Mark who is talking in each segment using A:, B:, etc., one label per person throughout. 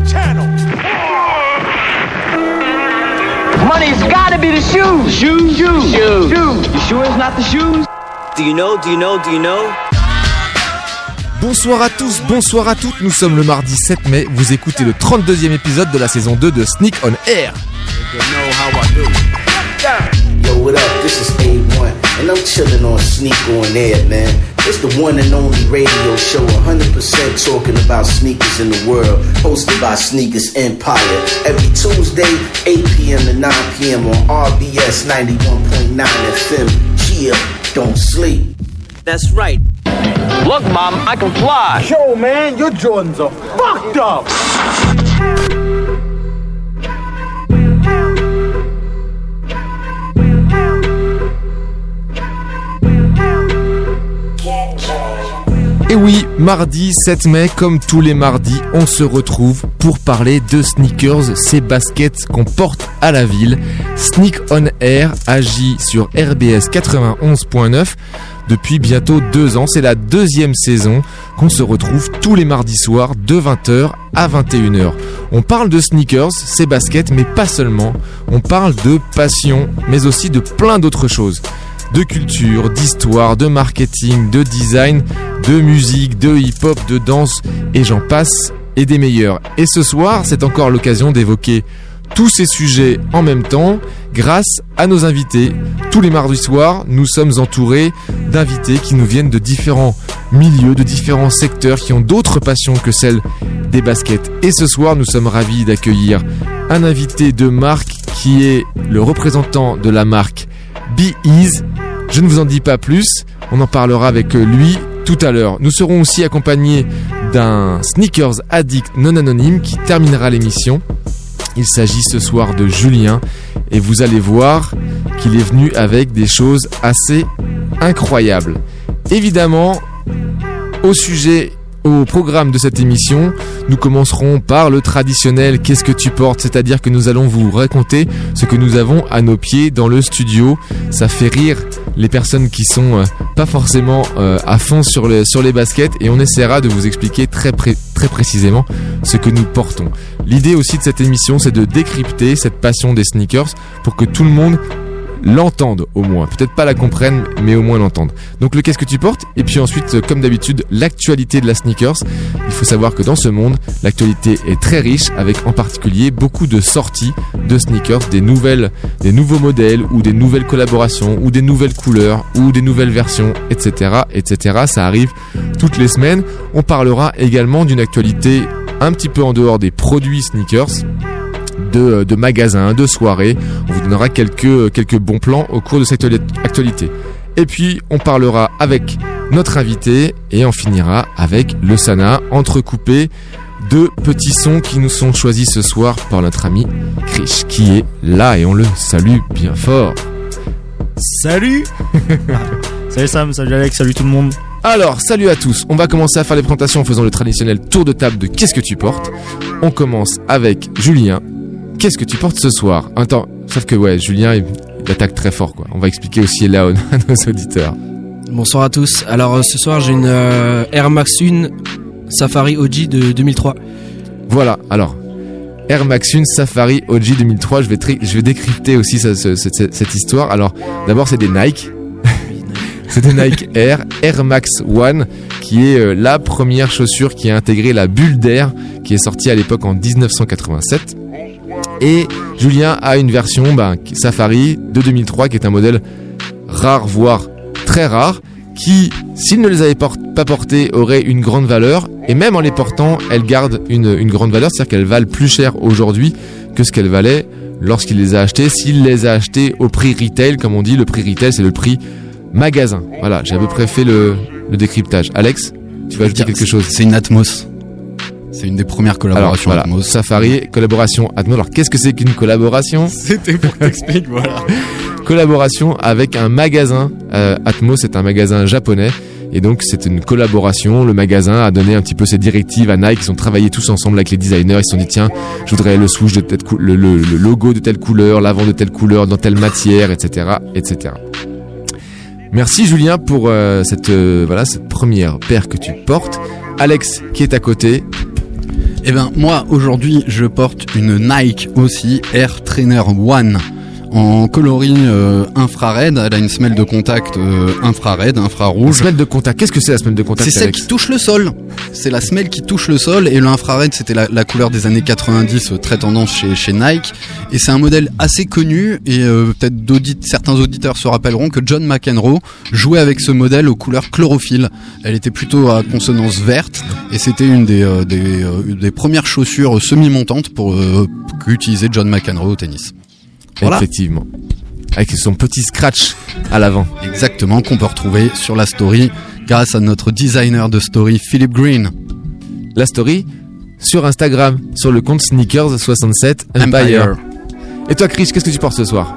A: channel.
B: Money's gotta be the shoes. Shoes. You sure it's not the shoes?
C: Do you know?
D: Bonsoir à tous, bonsoir à toutes, nous sommes le mardi 7 mai, vous écoutez le 32e épisode de la saison 2 de Sneak on Air.
E: Yo, what up? This is A1, and I'm chillin' on Sneak on Air, man. It's the one and only radio show 100% talking about sneakers in the world, hosted by Sneakers Empire. Every Tuesday, 8 p.m. to 9 p.m. on RBS 91.9 FM. Chill, don't sleep.
C: That's right.
B: Look, Mom, I can fly.
A: Yo, man, your Jordans are fucked up.
D: Et oui, mardi 7 mai, comme tous les mardis, on se retrouve pour parler de sneakers, ces baskets qu'on porte à la ville. Sneak on Air agit sur RBS 91.9 depuis bientôt 2 ans. C'est la 2e saison qu'on se retrouve tous les mardis soirs de 20h à 21h. On parle de sneakers, ces baskets, mais pas seulement. On parle de passion, mais aussi de plein d'autres choses. De culture, d'histoire, de marketing, de design, de musique, de hip-hop, de danse, et j'en passe, et des meilleurs. Et ce soir, c'est encore l'occasion d'évoquer tous ces sujets en même temps, grâce à nos invités. Tous les mardis soirs, nous sommes entourés d'invités qui nous viennent de différents milieux, de différents secteurs, qui ont d'autres passions que celles des baskets. Et ce soir, nous sommes ravis d'accueillir un invité de marque qui est le représentant de la marque Be-Ease. Je ne vous en dis pas plus, on en parlera avec lui tout à l'heure. Nous serons aussi accompagnés d'un sneakers addict non anonyme qui terminera l'émission. Il s'agit ce soir de Julien et vous allez voir qu'il est venu avec des choses assez incroyables. Évidemment, au programme de cette émission, nous commencerons par le traditionnel « Qu'est-ce que tu portes ?», c'est-à-dire que nous allons vous raconter ce que nous avons à nos pieds dans le studio. Ça fait rire les personnes qui sont pas forcément à fond sur les baskets et on essaiera de vous expliquer très précisément ce que nous portons. L'idée aussi de cette émission, c'est de décrypter cette passion des sneakers pour que tout le monde l'entendent au moins, peut-être pas la comprennent mais au moins l'entendent. Donc le qu'est-ce que tu portes, et puis ensuite comme d'habitude l'actualité de la sneakers. Il faut savoir que dans ce monde l'actualité est très riche, avec en particulier beaucoup de sorties de sneakers, des nouveaux modèles ou des nouvelles collaborations ou des nouvelles couleurs ou des nouvelles versions, etc. Ça arrive toutes les semaines. On parlera également d'une actualité un petit peu en dehors des produits sneakers, de magasins, de soirées. On vous donnera quelques bons plans au cours de cette actualité. Et puis on parlera avec notre invité et on finira avec le Sana, entrecoupé de petits sons qui nous sont choisis ce soir par notre ami Krish qui est là et on le salue bien fort.
F: Salut. Salut Sam, salut Alex, salut tout le monde.
D: Alors, salut à tous, on va commencer à faire les présentations en faisant le traditionnel tour de table de qu'est-ce que tu portes. On commence avec Julien. Qu'est-ce que tu portes ce soir ? Attends, sauf que ouais, Julien il attaque très fort quoi. On va expliquer aussi là à nos auditeurs.
G: Bonsoir à tous. Alors ce soir j'ai une Air Max 1 Safari OG de 2003.
D: Voilà, alors Air Max 1 Safari OG 2003, je vais décrypter aussi cette histoire. Alors d'abord c'est des Nike. C'est des Nike Air Max 1 qui est la première chaussure qui a intégré la bulle d'air qui est sortie à l'époque en 1987. Et Julien a une version Safari de 2003 qui est un modèle rare, voire très rare, qui, s'il ne les avait pas portés, aurait une grande valeur. Et même en les portant, elles gardent une grande valeur, c'est-à-dire qu'elles valent plus cher aujourd'hui que ce qu'elles valaient lorsqu'il les a achetés. S'il les a achetés au prix retail, comme on dit, le prix retail c'est le prix magasin. Voilà, j'ai à peu près fait le décryptage. Alex, tu vas ajouter quelque chose ?
H: C'est une Atmos. C'est une des premières collaborations.
D: Alors, voilà, Atmos. Safari, collaboration Atmos. Alors qu'est-ce que c'est qu'une collaboration ?
H: C'était pour que t'expliques, voilà.
D: Collaboration avec un magasin. Atmos c'est un magasin japonais. Et donc c'est une collaboration. Le magasin a donné un petit peu ses directives à Nike. Ils ont travaillé tous ensemble avec les designers. Ils se sont dit tiens, je voudrais le swoosh de telle le logo de telle couleur, l'avant de telle couleur, dans telle matière, etc. Merci Julien pour cette première paire que tu portes. Alex qui est à côté.
H: Eh ben moi aujourd'hui je porte une Nike aussi Air Trainer One en coloris infrared. Elle a une semelle de contact infrarouge.
D: Une semelle de contact, qu'est-ce que c'est la semelle de contact?
H: C'est celle qui touche le sol. C'est la semelle qui touche le sol, et l'infrared c'était la couleur des années 90, très tendance chez Nike, et c'est un modèle assez connu, et peut-être certains auditeurs se rappelleront que John McEnroe jouait avec ce modèle aux couleurs chlorophylle. Elle était plutôt à consonance verte, et c'était une des premières chaussures semi-montantes qu'utilisait John McEnroe au tennis. Voilà.
D: Effectivement. Avec son petit scratch à l'avant.
H: Exactement, qu'on peut retrouver sur la story grâce à notre designer de story, Philip Green.
D: La story sur Instagram, sur le compte Sneakers67 Empire. Et toi, Chris, qu'est-ce que tu portes ce soir?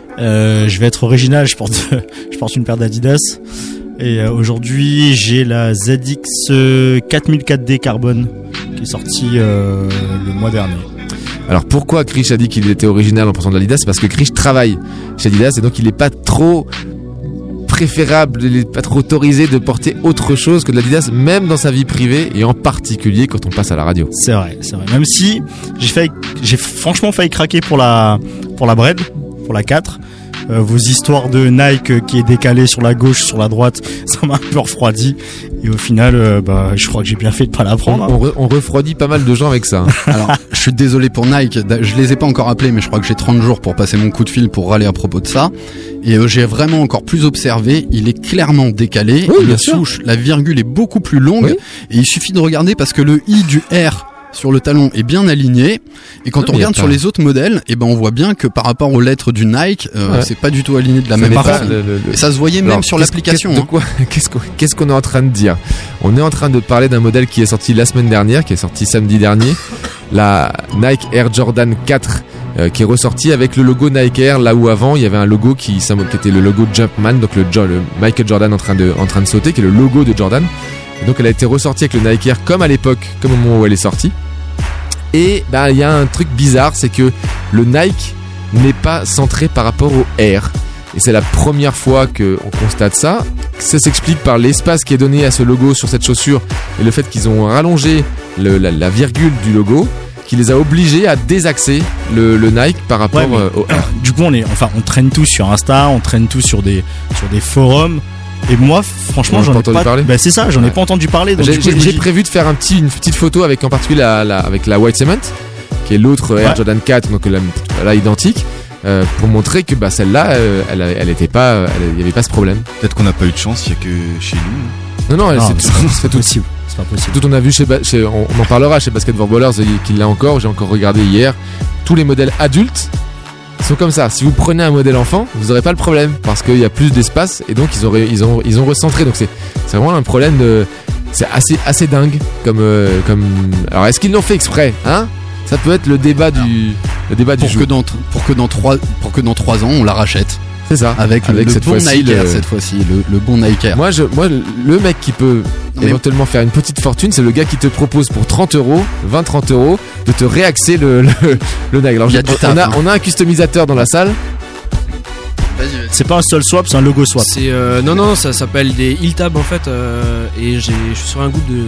F: Je vais être original, je porte une paire d'Adidas. Et aujourd'hui, j'ai la ZX 4004D Carbone qui est sortie le mois dernier.
D: Alors pourquoi Krish a dit qu'il était original en portant de l'Adidas? C'est parce que Krish travaille chez Adidas et donc il n'est pas trop préférable, il n'est pas trop autorisé de porter autre chose que de l'Adidas, même dans sa vie privée et en particulier quand on passe à la radio.
F: C'est vrai. Même si j'ai franchement failli craquer pour la Bread, pour la 4. Vos histoires de Nike qui est décalé sur la gauche, sur la droite, ça m'a un peu refroidi. Et au final, je crois que j'ai bien fait de pas la prendre.
D: On refroidit pas mal de gens avec ça.
H: Alors, je suis désolé pour Nike, je les ai pas encore appelés, mais je crois que j'ai 30 jours pour passer mon coup de fil pour râler à propos de ça. Et j'ai vraiment encore plus observé, il est clairement décalé.
D: Oui,
H: la souche, la virgule est beaucoup plus longue.
D: Oui.
H: Et il suffit de regarder parce que le I du R sur le talon est bien aligné, et quand on regarde sur les autres modèles, on voit bien que par rapport aux lettres du Nike, c'est pas du tout aligné de la même façon. Et ça se voyait même sur l'application.
D: Qu'est-ce qu'on est en train de dire? On est en train de parler d'un modèle qui est sorti la semaine dernière, qui est sorti samedi dernier, la Nike Air Jordan 4, qui est ressorti avec le logo Nike Air, là où avant il y avait un logo qui était le logo Jumpman, donc le Michael Jordan en train de sauter, qui est le logo de Jordan. Et donc elle a été ressortie avec le Nike Air comme à l'époque, comme au moment où elle est sortie. Et il y a un truc bizarre, c'est que le Nike n'est pas centré par rapport au Air. Et c'est la première fois qu'on constate ça. Ça s'explique par l'espace qui est donné à ce logo sur cette chaussure et le fait qu'ils ont rallongé la virgule du logo, qui les a obligés à désaxer le Nike par rapport au Air.
F: Du coup, on traîne tous sur Insta, on traîne tous sur des forums. Et moi, franchement, j'en ai pas entendu parler. C'est ça, j'en ai pas entendu parler. Donc
D: j'ai prévu de faire une petite photo avec en particulier avec la White Cement, qui est l'autre Air Jordan 4, donc là identique, pour montrer que celle-là, elle était pas, il y avait pas ce problème.
I: Peut-être qu'on n'a pas eu de chance, il y a que chez nous.
D: Non, c'est possible.
F: C'est pas possible.
D: Tout on a vu on en parlera chez Basketball Ballers qu'il l'a encore. J'ai encore regardé hier. Tous les modèles adultes sont comme ça. Si vous prenez un modèle enfant, vous n'aurez pas le problème parce qu'il y a plus d'espace et donc ils ont recentré. Donc c'est vraiment un problème c'est assez dingue comme. Alors est-ce qu'ils l'ont fait exprès, hein? Ça peut être le débat du jeu.
H: Pour que dans 3 ans on la rachète.
D: C'est ça.
H: Avec cette bon Nike Air cette fois-ci, le bon Nike Air.
D: Moi, le mec qui peut éventuellement faire une petite fortune, c'est le gars qui te propose pour 30€, de te réaxer le Nike. Alors, on a un customisateur dans la salle.
F: C'est pas un seul swap, c'est un logo swap.
G: Non, ça s'appelle des heel tabs en fait. Et je suis sur un groupe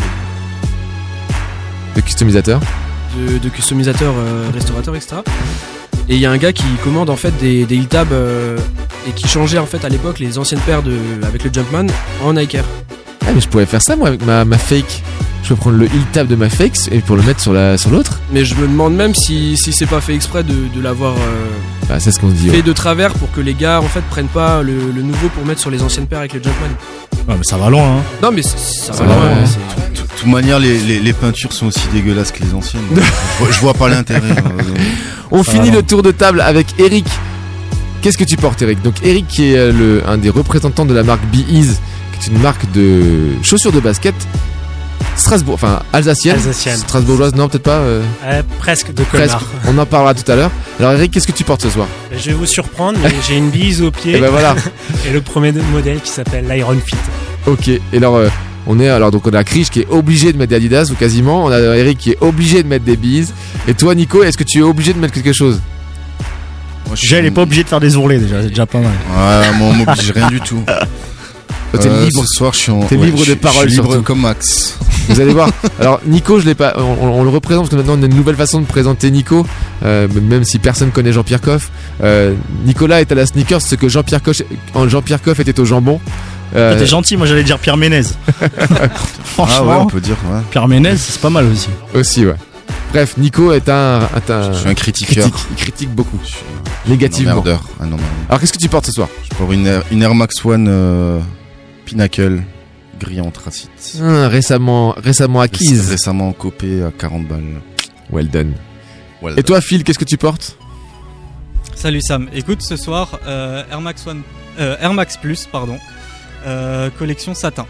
D: de customisateurs,
G: de customisateurs, restaurateurs, etc. Et il y a un gars qui commande en fait des heel tabs et qui changeait en fait à l'époque les anciennes paires avec le Jumpman en Nike Air.
D: Ah mais je pourrais faire ça moi avec ma fake. Je peux prendre le heel tab de ma fake et pour le mettre sur l'autre.
G: Mais je me demande même si c'est pas fait exprès de l'avoir
D: c'est ce qu'on se dit,
G: fait de travers pour que les gars en fait prennent pas le nouveau pour mettre sur les anciennes paires avec le Jumpman.
F: Ouais, mais ça va loin, hein.
G: Non mais ça va loin.
I: De toute manière, les peintures sont aussi dégueulasses que les anciennes. Je vois pas l'intérêt.
D: On finit le tour de table avec Eric. Qu'est-ce que tu portes, Eric? Donc Eric qui est un des représentants de la marque Be-Ease, qui est une marque de chaussures de basket alsacienne. Strasbourgeoise, non, peut-être pas.
J: Presque de Colmar.
D: Presque. On en parlera tout à l'heure. Alors Eric, qu'est-ce que tu portes ce soir?
J: Je vais vous surprendre, mais j'ai une Be-Ease au pied.
D: Et voilà.
J: Et le premier modèle qui s'appelle l'Iron Fit.
D: Ok. Et alors on a Krish qui est obligé de mettre des Adidas ou quasiment. On a Eric qui est obligé de mettre des Be-Ease. Et toi, Nico, est-ce que tu es obligé de mettre quelque chose?
F: Déjà, il est pas obligé de faire des ourlets déjà, c'est déjà pas mal.
I: Ouais, moi on m'oblige rien du tout.
D: T'es libre.
I: Ce soir, je suis
D: T'es libre de parole,
I: je suis libre
D: surtout.
I: comme Max.
D: Vous allez voir. Alors Nico, je l'ai pas. On le représente parce que maintenant on a une nouvelle façon de présenter Nico, même si personne connaît Jean-Pierre Coff. Nicolas est à la sneakers, ce que Jean-Pierre Coff était au jambon.
F: T'es gentil, moi j'allais dire Pierre Ménez. Franchement,
I: Ah ouais, on peut dire. Ouais.
F: Pierre Ménez, c'est pas mal aussi.
D: Aussi, ouais. Bref, Nico est un
I: Je suis un critiqueur.
D: il critique beaucoup, négativement.
I: Emmerdeur. Ah non,
D: Alors qu'est-ce que tu portes ce soir?
I: je porte une Air Max One Pinnacle gris anthracite.
D: Récemment acquise.
I: Récemment copé à 40 balles.
D: Well done.
I: Well
D: Et toi, Phil, qu'est-ce que tu portes?
K: Salut Sam, écoute ce soir Air Max Plus, collection satin.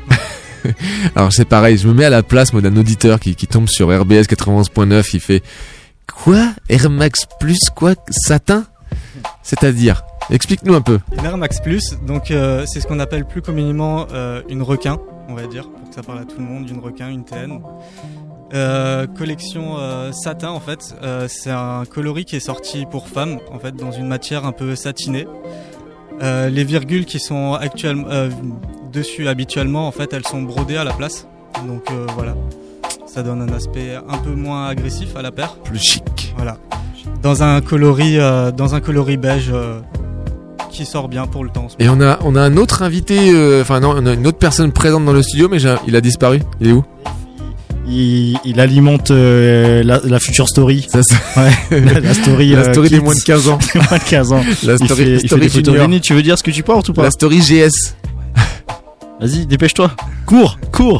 D: Alors c'est pareil, je me mets à la place moi d'un auditeur qui tombe sur RBS 91.9, il fait quoi? Air Max Plus quoi? Satin? C'est-à-dire, explique-nous un peu.
K: Une Air Max Plus, donc c'est ce qu'on appelle plus communément une requin, on va dire, pour que ça parle à tout le monde, une requin, une TN. Collection satin en fait, c'est un coloris qui est sorti pour femmes en fait dans une matière un peu satinée. Les virgules qui sont actuellement dessus habituellement en fait elles sont brodées à la place, donc voilà, ça donne un aspect un peu moins agressif à la paire,
D: plus chic.
K: Voilà, dans un coloris beige qui sort bien pour le temps.
D: Et on a un autre invité, on a une autre personne présente dans le studio, mais il a disparu. Il est où?
F: Il alimente la future story.
D: Ça,
F: ouais, la story,
D: la story des moins de 15 ans.
F: Des moins de 15 ans.
D: La story,
F: il fait des photos. Lenny, tu veux dire ce que tu portes ou pas?
D: La story GS.
F: Vas-y, dépêche-toi. Cours.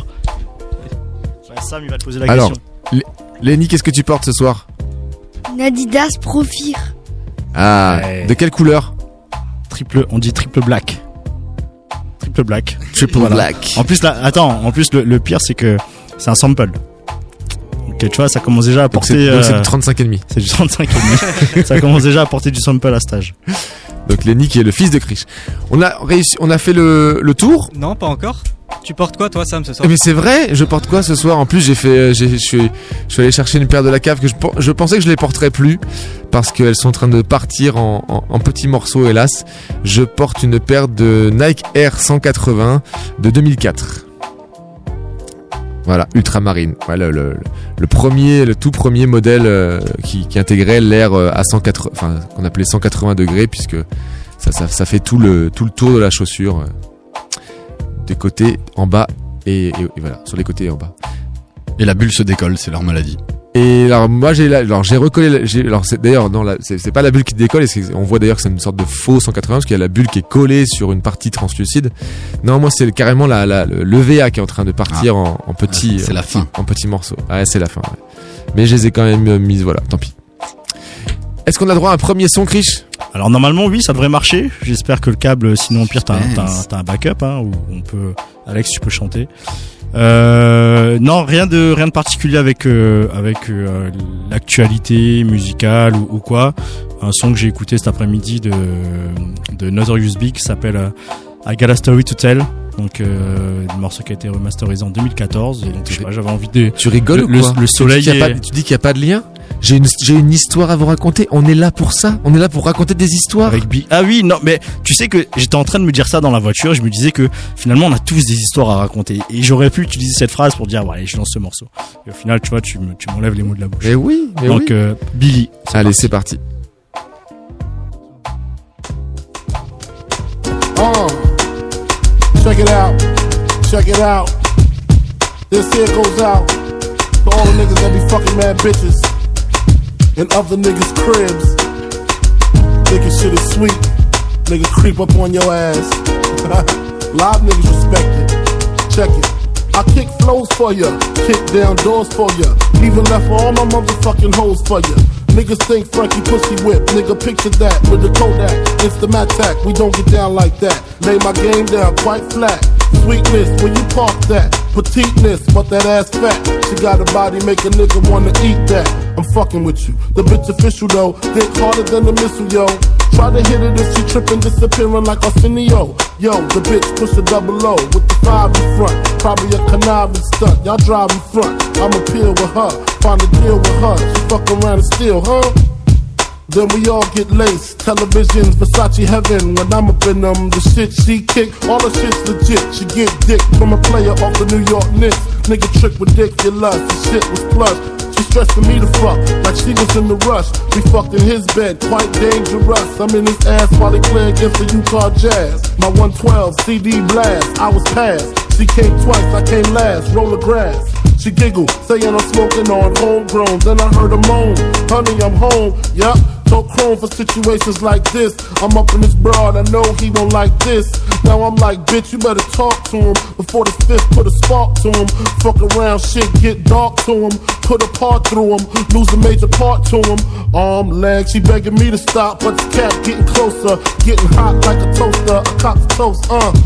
F: Sam, il va te poser la question.
D: Lenny, qu'est-ce que tu portes ce soir?
L: Une Adidas Profire.
D: Ah, ouais. De quelle couleur?
F: On dit triple black. Triple black.
D: En
F: plus là, le pire c'est que c'est un sample. Donc tu vois, ça commence déjà à porter.
D: Donc c'est du 35,5.
F: C'est du 35,5. Ça commence déjà à porter du sample à stage.
D: Donc Lenny qui est le fils de Krish. On a fait le tour.
K: Non, pas encore. Tu portes quoi toi Sam ce soir?
D: Mais c'est vrai, je porte quoi ce soir? En plus je suis allé chercher une paire de la cave que je pensais que je les porterais plus parce qu'elles sont en train de partir en petits morceaux, hélas. Je porte une paire de Nike Air 180 de 2004. Voilà, ultramarine. Voilà le tout premier modèle qui intégrait l'air à 180, enfin qu'on appelait 180 degrés, puisque ça fait tout le tour de la chaussure, des côtés en bas et voilà, sur les côtés et en bas.
H: Et la bulle se décolle, c'est leur maladie.
D: Et alors moi j'ai recollé, d'ailleurs non, c'est pas la bulle qui décolle, on voit d'ailleurs que c'est une sorte de faux 180 parce qu'il y a la bulle qui est collée sur une partie translucide. Non, moi c'est carrément le VA qui est en train de partir en petits,
H: c'est la fin,
D: en petits morceaux. Ouais, c'est la fin. Ouais. Mais je les ai quand même mises, voilà, tant pis. Est-ce qu'on a droit à un premier son, Krish?
F: Alors normalement oui, ça devrait marcher. J'espère que le câble, sinon pire t'as un backup où on peut. Alex, tu peux chanter. Non, rien de particulier avec l'actualité musicale ou quoi. Un son que j'ai écouté cet après-midi de Notorious Big qui s'appelle I Got a Story to Tell. Donc le morceau qui a été remasterisé en 2014 et donc j'avais envie de.
D: Tu rigoles ou quoi?
F: Le soleil.
D: Tu dis qu'il y a pas de lien? J'ai une histoire à vous raconter. On est là pour ça. On est là pour raconter des histoires.
F: Ah oui, non, mais tu sais que j'étais en train de me dire ça dans la voiture. Je me disais que finalement on a tous des histoires à raconter et j'aurais pu utiliser cette phrase pour dire allez, je lance ce morceau. Et au final, tu vois, tu m'enlèves les mots de la bouche.
D: Et oui.
F: Donc Billy.
D: Allez, c'est parti.
M: Check it out. This here goes out to all the niggas that be fucking mad bitches in other niggas' cribs. Thinking shit is sweet. Nigga creep up on your ass. Live niggas respect it. Check it. I kick flows for ya, kick down doors for ya, even left all my motherfucking hoes for ya. Niggas think Frankie pussy whip, nigga picture that with the Kodak, it's the Mattack, we don't get down like that. Lay my game down quite flat. Sweetness, when you park that. Petiteness, but that ass fat. She got a body, make a nigga wanna eat that. I'm fucking with you. The bitch official though, hit harder than the missile, yo. Try to hit it if she trippin', disappearing like Arsenio. Yo, the bitch push a double O with the 5 in front. Probably a conniving stunt. Y'all drive in front. I'ma peel with her, find a deal with her. She fuck around and steal, huh? then we all get laced. Televisions, Versace heaven. When I'm up in them, the shit she kick, all the shit's legit. She get dick from a player off the New York Knicks. Nigga trick ridiculous, the shit was plush. She stressed for me to fuck, like she was in the rush. We fucked in his bed, quite dangerous. I'm in his ass while he play against the Utah Jazz. My 112 CD blast, I was passed. She came twice, I came last, roll the grass. She giggled, saying I'm smoking on homegrown. Then I heard her moan, honey, I'm home. Yup, so chrome for situations like this. I'm up in this broad, I know he won't like this. Now I'm like, bitch, you better talk to him before the fifth put a spark to him. Fuck around, shit get dark to him. Put a part through him, lose a major part to him. Arm, leg, she begging me to stop, but the cat getting closer, getting hot like a toaster. I cop the toast,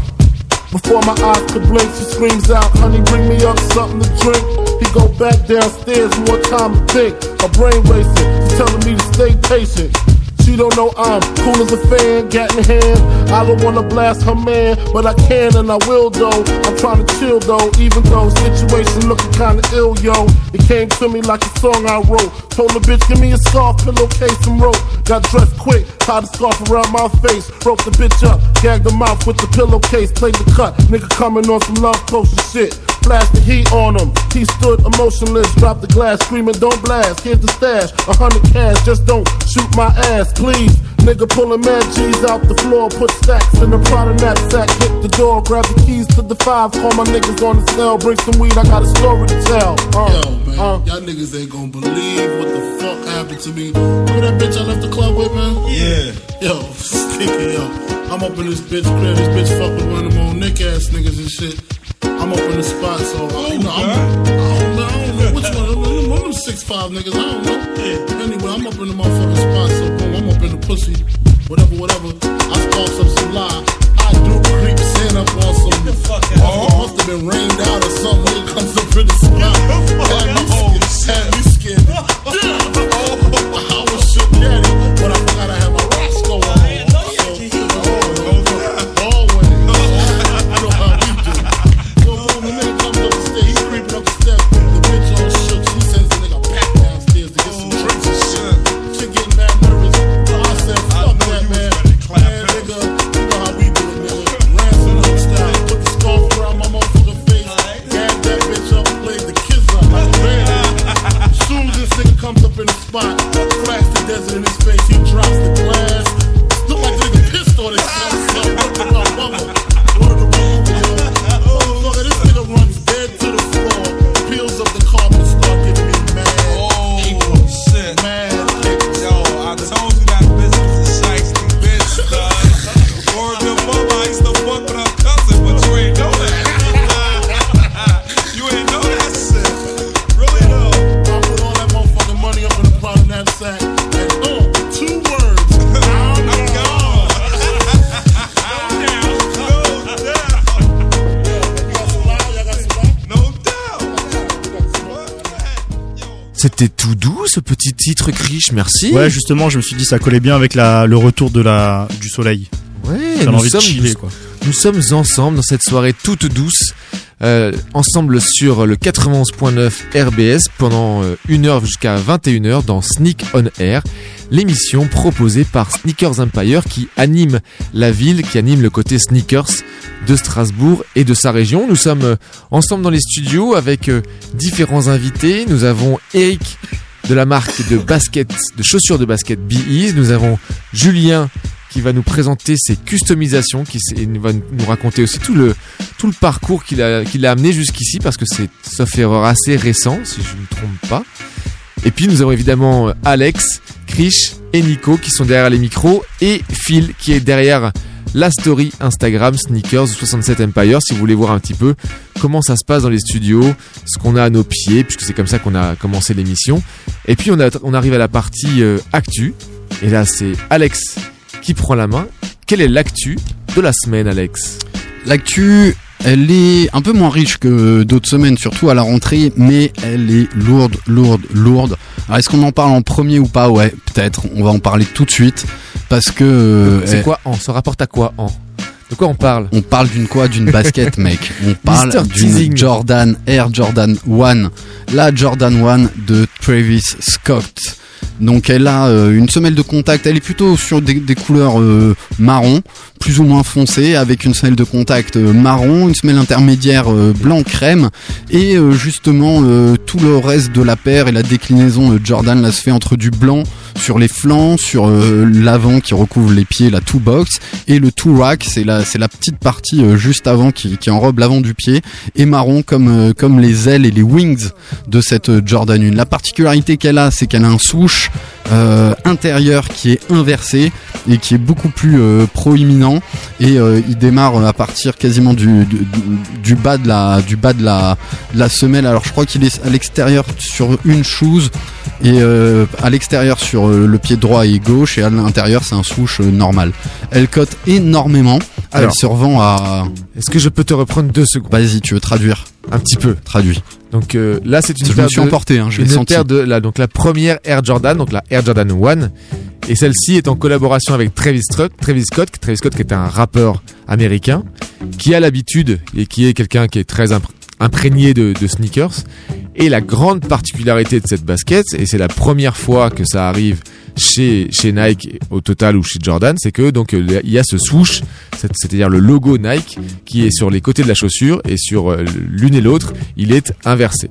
M: Before my eyes could blink, she screams out, honey, bring me up something to drink. He go back downstairs, more time to think. Her brain racing, she's telling me to stay patient. She don't know I'm cool as a fan, gat in hand. I don't wanna blast her man, but I can and I will though. I'm trying to chill though, even though situation looking kinda ill, yo. It came to me like a song I wrote. Told the bitch, give me a scarf, pillowcase, and rope. Got dressed quick, tied the scarf around my face. Broke the bitch up, gagged her mouth with the pillowcase. Played the cut, nigga coming on some love potion shit. Flashed the heat on him, he stood emotionless. Dropped the glass, screaming, don't blast. Here's the stash, 100 cash, just don't shoot my ass, please. Nigga pulling mad G's out the floor, put stacks in the Prada knapsack, hit the door, grab the keys to the 5, call my niggas on the cell, bring some weed, I got a story to tell. Yo, man, y'all niggas ain't gonna believe what the fuck happened to me. Remember that bitch I left the club with, man?
A: Yeah.
M: Yo, stinking, yo. I'm up in this bitch crib, this bitch fuck with one of them old Nick ass niggas and shit. I'm up in the spot, so you know, I don't know which one of them 6'5" niggas, I don't know. Yeah. Anyway, I'm up in the motherfucking spot, so boom, I'm up in the pussy, whatever. I sparks up some lie. I do creep sand up on some. Must have been rained out or something. It comes up in the spot. Had me scared. I was shook daddy, but I forgot I had my Roscoe on.
D: C'était tout doux ce petit titre, Krish, merci.
F: Ouais, justement, je me suis dit ça collait bien avec le retour du soleil.
D: Ouais, nous sommes ensemble dans cette soirée toute douce, ensemble sur le 91.9 RBS pendant 1h jusqu'à 21h dans Sneak on Air, l'émission proposée par Sneakers Empire qui anime la ville, qui anime le côté sneakers de Strasbourg et de sa région. Nous sommes ensemble dans les studios avec différents invités. Nous avons Eric de la marque de chaussures de basket Be-Ease. Nous avons Julien qui va nous présenter ses customisations, qui va nous raconter aussi tout le parcours qu'il a amené jusqu'ici, parce que c'est, sauf erreur, assez récent, si je ne me trompe pas. Et puis nous avons évidemment Alex, Krish et Nico qui sont derrière les micros, et Phil qui est derrière la story Instagram Sneakers 67 Empire, si vous voulez voir un petit peu comment ça se passe dans les studios, ce qu'on a à nos pieds, puisque c'est comme ça qu'on a commencé l'émission. Et puis on arrive à la partie actu, et là c'est Alex qui prend la main. Quelle est l'actu de la semaine, Alex?
H: L'actu, elle est un peu moins riche que d'autres semaines, surtout à la rentrée, mais elle est lourde. Alors est-ce qu'on en parle en premier ou pas? Ouais, peut-être, on va en parler tout de suite, parce que...
D: C'est quoi en? Ça rapporte à quoi en? De quoi on parle?
H: On parle d'une basket, mec. On parle d'une
D: Teasing.
H: Jordan Air Jordan 1, la Jordan 1 de Travis Scott. Donc elle a une semelle de contact, elle est plutôt sur des couleurs marron, plus ou moins foncées, avec une semelle de contact marron, une semelle intermédiaire blanc crème, et justement tout le reste de la paire et la déclinaison Jordan là se fait entre du blanc sur les flancs, sur l'avant qui recouvre les pieds, la toe box, et le toe rack, c'est la petite partie juste avant qui enrobe l'avant du pied, et marron comme les ailes et les wings de cette Jordan 1. La particularité qu'elle a, c'est qu'elle a un swoosh intérieur qui est inversé et qui est beaucoup plus proéminent, et il démarre à partir quasiment du bas de la semelle. Alors je crois qu'il est à l'extérieur sur une shoes et à l'extérieur sur le pied droit et gauche, et à l'intérieur c'est un swoosh normal. Elle cote énormément.
D: Alors,
H: elle se revend à...
D: Est-ce que je peux te reprendre 2 secondes?
H: Vas-y, tu veux traduire?
D: Un petit peu.
H: Traduis.
D: Donc là c'est une
H: je
D: paire
H: me suis emporté, hein, je l'ai
D: une
H: senti.
D: paire de donc la première Air Jordan, donc la Air Jordan 1, et celle-ci est en collaboration avec Travis Scott qui est un rappeur américain qui a l'habitude et qui est quelqu'un qui est très imprégné de sneakers. Et la grande particularité de cette basket, et c'est la première fois que ça arrive chez Nike au total ou chez Jordan, c'est que donc il y a ce swoosh, c'est-à-dire le logo Nike qui est sur les côtés de la chaussure, et sur l'une et l'autre il est inversé.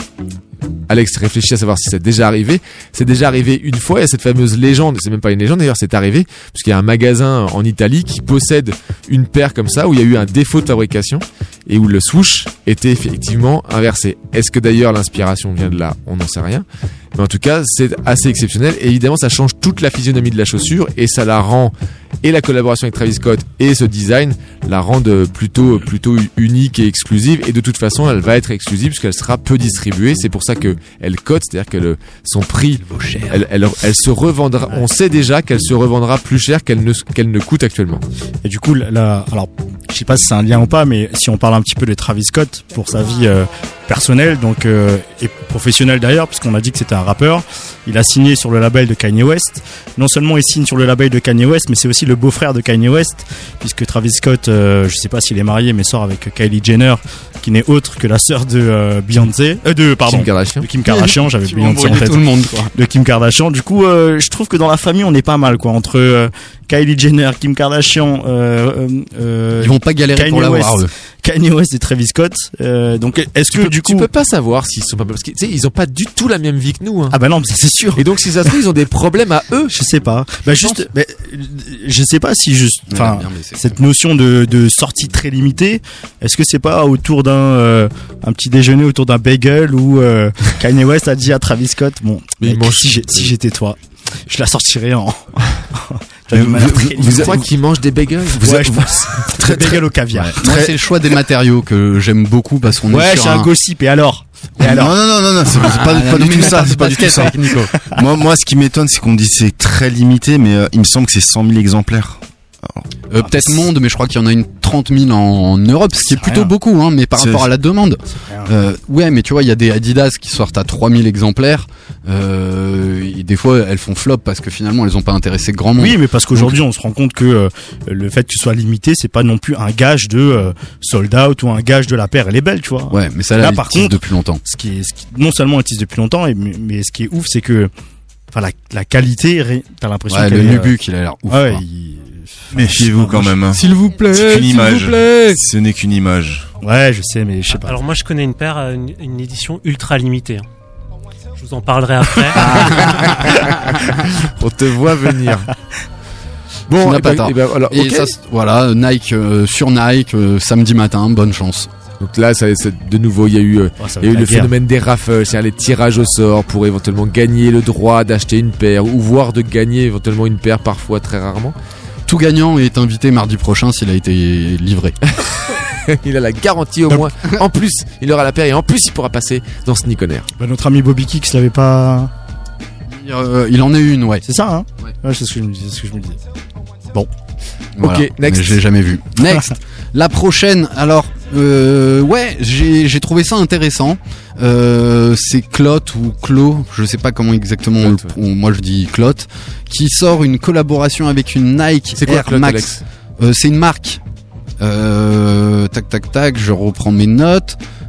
D: Alex réfléchit à savoir si c'est déjà arrivé. C'est déjà arrivé une fois. Il y a cette fameuse légende, c'est même pas une légende d'ailleurs, c'est arrivé puisqu'il y a un magasin en Italie qui possède une paire comme ça où il y a eu un défaut de fabrication et où le swoosh était effectivement inversé. Est-ce que d'ailleurs l'inspiration vient de là? On n'en sait rien. Mais en tout cas, c'est assez exceptionnel. Et évidemment, ça change toute la physionomie de la chaussure et ça la rend, et la collaboration avec Travis Scott et ce design la rendent plutôt unique et exclusive. Et de toute façon, elle va être exclusive puisqu'elle sera peu distribuée. C'est pour ça que elle cote, c'est-à-dire que son prix, elle se revendra. On sait déjà qu'elle se revendra plus cher qu'elle ne coûte actuellement.
F: Et du coup, alors, je sais pas si c'est un lien ou pas, mais si on parle un petit peu de Travis Scott pour sa vie personnelle, donc et professionnelle d'ailleurs, puisqu'on a dit que c'était un rappeur. Il a signé sur le label de Kanye West. Non seulement il signe sur le label de Kanye West, mais c'est aussi le beau-frère de Kanye West, puisque Travis Scott, je sais pas s'il est marié, mais sort avec Kylie Jenner, qui n'est autre que la sœur de Beyoncé, de Kim Kardashian. J'avais Beyoncé en tête.
H: Tout le monde, quoi.
F: De Kim Kardashian. Du coup, je trouve que dans la famille, on est pas mal, quoi, entre Kylie Jenner, Kim Kardashian,
H: ils vont pas galérer
F: Kanye
H: pour l'avoir,
F: West,
H: eux.
F: Kanye West et Travis Scott. Donc, est-ce que du coup,
D: tu peux pas savoir s'ils sont pas, parce que tu sais, ils ont pas du tout la même vie que nous. Hein.
F: Ah bah non, ça c'est sûr.
D: Et donc si ça se trouve, ils ont des problèmes à eux.
F: Je sais pas. Bah juste, je sais pas si juste, enfin, cette notion de sortie très limitée, est-ce que c'est pas autour d'un un petit déjeuner autour d'un bagel où Kanye West a dit à Travis Scott, bon, mec, si j'étais toi, je la sortirais en
D: Vous croyez qu'ils mangent des bagels?
F: Ouais, je pense. Très bagel au caviar.
H: Ouais. Moi, c'est le choix des matériaux que j'aime beaucoup parce qu'on est sur
F: un gossip. Et alors?
I: Non, c'est pas du tout ça. C'est pas du tout ça. Moi, ce qui m'étonne, c'est qu'on dit c'est très limité, mais il me semble que c'est 100 000 exemplaires.
H: Peut-être monde, mais je crois qu'il y en a une 30 000 en Europe, ce qui est plutôt beaucoup, hein, mais par rapport à la demande. Ouais, mais tu vois, il y a des Adidas qui sortent à 3 000 exemplaires. Et des fois, elles font flop parce que finalement, elles ont pas intéressé grand monde.
F: Oui, mais parce qu'aujourd'hui, on se rend compte que le fait que tu sois limité, c'est pas non plus un gage de sold out ou un gage de la paire. Elle est belle, tu vois.
H: Ouais, mais ça là, par contre, depuis longtemps.
F: Ce qui non seulement existe depuis longtemps, mais ce qui est ouf, c'est que, enfin, la qualité, t'as l'impression
H: que le Nubuck, il a l'air ouf.
F: Ouais,
I: méfiez-vous quand même. Hein.
D: S'il vous plaît,
I: c'est qu'une image.
D: Vous plaît.
I: Ce n'est qu'une image.
F: Ouais, je sais, mais je sais pas.
J: Alors moi, je connais une paire, une édition ultra limitée. Je vous en parlerai après.
D: On te voit venir.
H: Bon, et ça, voilà, Nike sur Nike samedi matin, bonne chance.
D: Donc là, de nouveau, il y a eu le phénomène des raffles, c'est-à-dire les tirages au sort pour éventuellement gagner le droit d'acheter une paire ou voire de gagner éventuellement une paire, parfois très rarement.
H: Tout gagnant est invité mardi prochain s'il a été livré.
D: Il a la garantie au moins. En plus, il aura la paire et en plus, il pourra passer dans Sneak On Air.
F: Bah, notre ami Bobby Kicks l'avait pas.
H: Il en a eu une, ouais.
F: C'est ça, hein.
H: Ouais,
F: c'est ce que je me disais. Bon.
H: Voilà.
D: Ok, next.
H: J'ai jamais vu. Next. La prochaine, alors, ouais, j'ai trouvé ça intéressant. C'est Clot ou Clo, je sais pas comment exactement. Moi, je dis Clot, qui sort une collaboration avec une Nike.
D: C'est quoi
H: Air
D: Clot,
H: Max. C'est une marque. Tac, je reprends mes notes.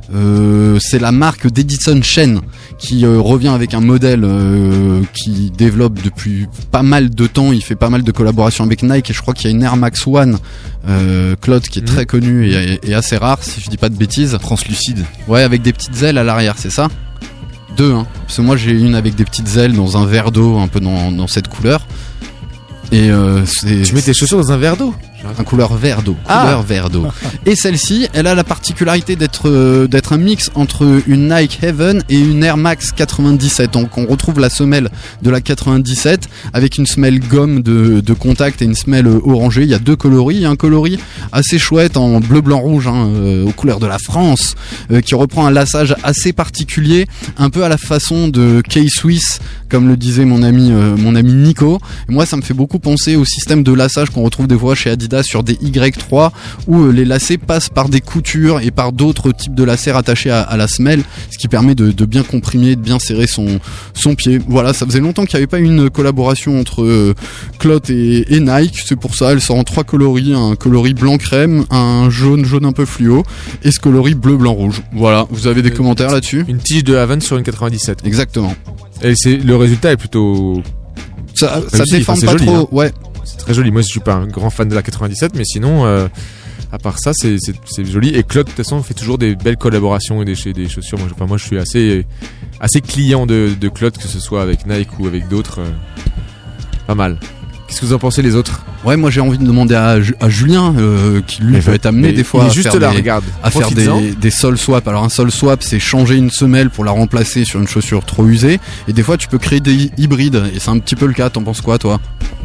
H: C'est la marque d'Edison Chen qui revient avec un modèle qui développe depuis pas mal de temps. Il fait pas mal de collaborations avec Nike et je crois qu'il y a une Air Max One Cloud qui est très connue et assez rare si je dis pas de bêtises.
I: Translucide.
H: Ouais, avec des petites ailes à l'arrière, c'est ça ? 2, hein. Parce que moi j'ai une avec des petites ailes dans un verre d'eau un peu dans cette couleur. Et
D: tu mets tes chaussures dans un verre d'eau ?
H: Un couleur vert d'eau. Couleur vert d'eau. Et celle-ci, elle a la particularité d'être un mix entre une Nike Heaven et une Air Max 97. Donc on retrouve la semelle de la 97 avec une semelle gomme de contact et une semelle orangée. Il y a 2 coloris. Il y a un coloris assez chouette en bleu, blanc, rouge, aux couleurs de la France, qui reprend un lassage assez particulier, un peu à la façon de K-Swiss, comme le disait mon ami Nico. Et moi, ça me fait beaucoup penser au système de lassage qu'on retrouve des fois chez Adidas sur des Y3 où les lacets passent par des coutures et par d'autres types de lacets rattachés à la semelle, ce qui permet de bien comprimer, de bien serrer son pied. Voilà, ça faisait longtemps qu'il n'y avait pas une collaboration entre Clot et Nike, c'est pour ça, elle sort en 3 coloris, un coloris blanc crème, un jaune un peu fluo et ce coloris bleu blanc rouge. Voilà, vous avez des commentaires là-dessus ?
D: Une tige de Haven sur une 97.
H: Exactement.
D: Et le résultat est plutôt...
H: Ça déforme pas
D: joli,
H: trop,
D: hein.
H: ouais.
D: C'est très joli. Moi, je suis pas un grand fan de la 97, mais sinon, à part ça, c'est joli. Et Cloud, de toute façon, fait toujours des belles collaborations et des chaussures. Moi, je suis assez client de Cloud, que ce soit avec Nike ou avec d'autres. Pas mal. Qu'est-ce que vous en pensez les autres ?
H: Ouais, moi j'ai envie de demander à Julien, qui lui peut être amené des fois à faire des sol swap. Alors un sol swap, c'est changer une semelle pour la remplacer sur une chaussure trop usée. Et des fois, tu peux créer des hybrides. Et c'est un petit peu le cas. T'en penses quoi, toi ?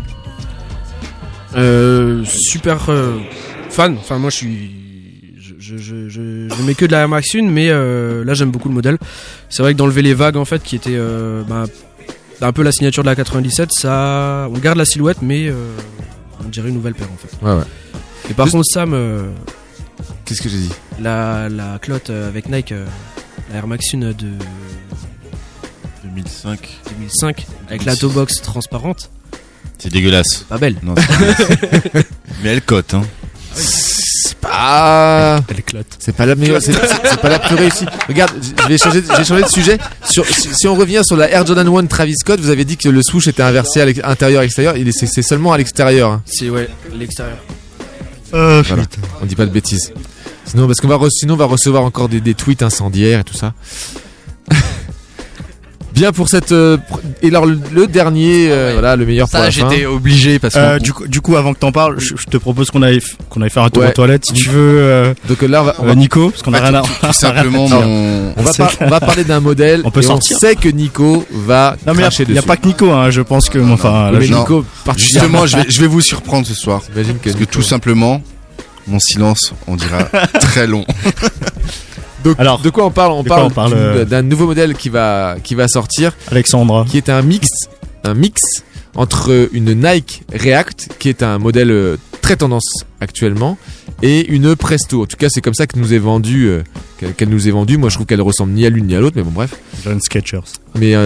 G: Super fan. Enfin, moi, je mets que de la Air Max 1, mais là, j'aime beaucoup le modèle. C'est vrai que d'enlever les vagues, en fait, qui étaient un peu la signature de la 97, ça, on garde la silhouette, mais on dirait une nouvelle paire, en fait.
D: Ouais.
G: Et par contre, Sam,
D: qu'est-ce que j'ai dit ?
G: La Clot avec Nike, la Air Max 1 de 2005, avec la toe box transparente.
I: C'est dégueulasse.
G: Pas belle.
I: Non, c'est mais elle cote, hein.
D: C'est pas...
G: Elle éclate.
D: C'est pas la meilleure, c'est pas la plus réussie. Regarde, je vais changer de sujet. Si on revient sur la Air Jordan 1 Travis Scott, vous avez dit que le swoosh était inversé à intérieur-extérieur. C'est seulement à l'extérieur. Hein.
G: C'est l'extérieur.
D: Voilà. On dit pas de bêtises. Sinon, parce qu'on va recevoir encore des tweets incendiaires et tout ça. Bien pour cette et alors le dernier voilà le meilleur
H: ça,
D: pour la fin.
H: J'étais obligé parce que
F: du coup avant que t'en parles, je te propose qu'on aille faire un tour aux toilettes si tu veux.
D: Donc là on va
F: Nico parce qu'on a rien à
I: tout simplement
D: on va parler d'un modèle
F: on peut
D: et
F: sortir.
D: On sait que Nico va cracher dessus.
F: Il y a pas que Nico hein, je pense que
D: Nico
I: justement je vais vous surprendre ce soir.
D: J'imagine
I: parce que tout simplement mon silence on dira très long.
D: Donc, alors, de quoi on parle ? On parle d'un nouveau modèle qui va sortir.
F: Alexandra.
D: Qui est un mix entre une Nike React, qui est un modèle très tendance actuellement, et une Presto. En tout cas, c'est comme ça que nous est vendu, qu'elle nous est vendue. Moi, je trouve qu'elle ressemble ni à l'une ni à l'autre, mais bon, bref.
F: Une Skechers.
D: Mais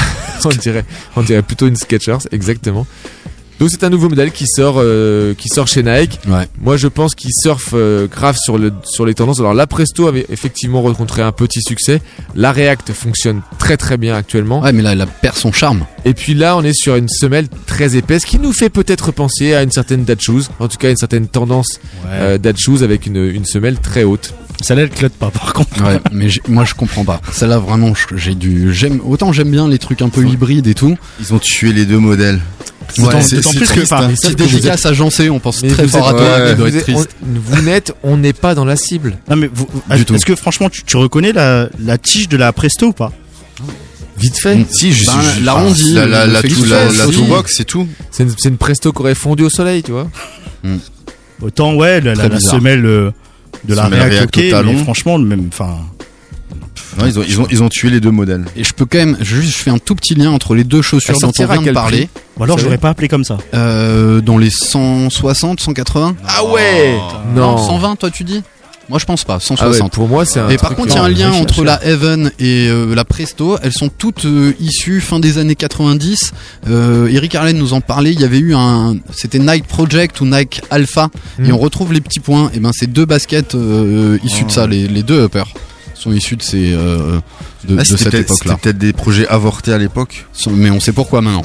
D: on dirait plutôt une Skechers, exactement. Donc c'est un nouveau modèle qui sort chez Nike.
H: Ouais.
D: Moi je pense qu'il surfe grave sur les tendances. Alors la Presto avait effectivement rencontré un petit succès. La React fonctionne très très bien actuellement.
H: Ouais mais là elle perd son charme.
D: Et puis là on est sur une semelle très épaisse qui nous fait peut-être penser à une certaine Dad Shoes. En tout cas une certaine tendance Dad Shoes avec une semelle très haute.
F: Celle-là elle clotte pas par contre.
H: Ouais mais moi je comprends pas. Celle-là vraiment j'aime bien les trucs un peu hybrides et tout.
I: Ils ont tué les deux modèles.
H: Ouais, d'autant plus que petite dédicace agencée, on pense très fort à toi, doit être triste.
D: On n'est pas dans la cible.
F: Non mais est-ce que franchement tu reconnais la tige de la Presto ou pas?
D: Vite fait.
I: Si,
H: l'arrondi,
I: la toolbox, c'est tout.
D: C'est une Presto qui aurait fondu au soleil, tu vois.
F: Autant la semelle de la React, mais franchement même
I: non, ils ont tué les deux modèles.
H: Et je peux quand même, je fais un tout petit lien entre les deux chaussures dont on vient de parler.
F: Ou alors j'aurais pas appelé comme ça.
H: Dans les 160, 180.
D: Ah ouais.
H: Non, 120 toi tu dis? Moi je pense pas, 160.
D: Ah ouais, pour moi c'est un.
H: Et par contre il y a un lien entre la Heaven et la Presto. Elles sont toutes issues fin des années 90. Eric Arlen nous en parlait. Il y avait eu c'était Nike Project ou Nike Alpha et on retrouve les petits points. Et ben c'est deux baskets issues de ça, les deux uppers. sont issus de cette époque-là.
I: C'était peut-être des projets avortés à l'époque.
H: Mais on sait pourquoi maintenant.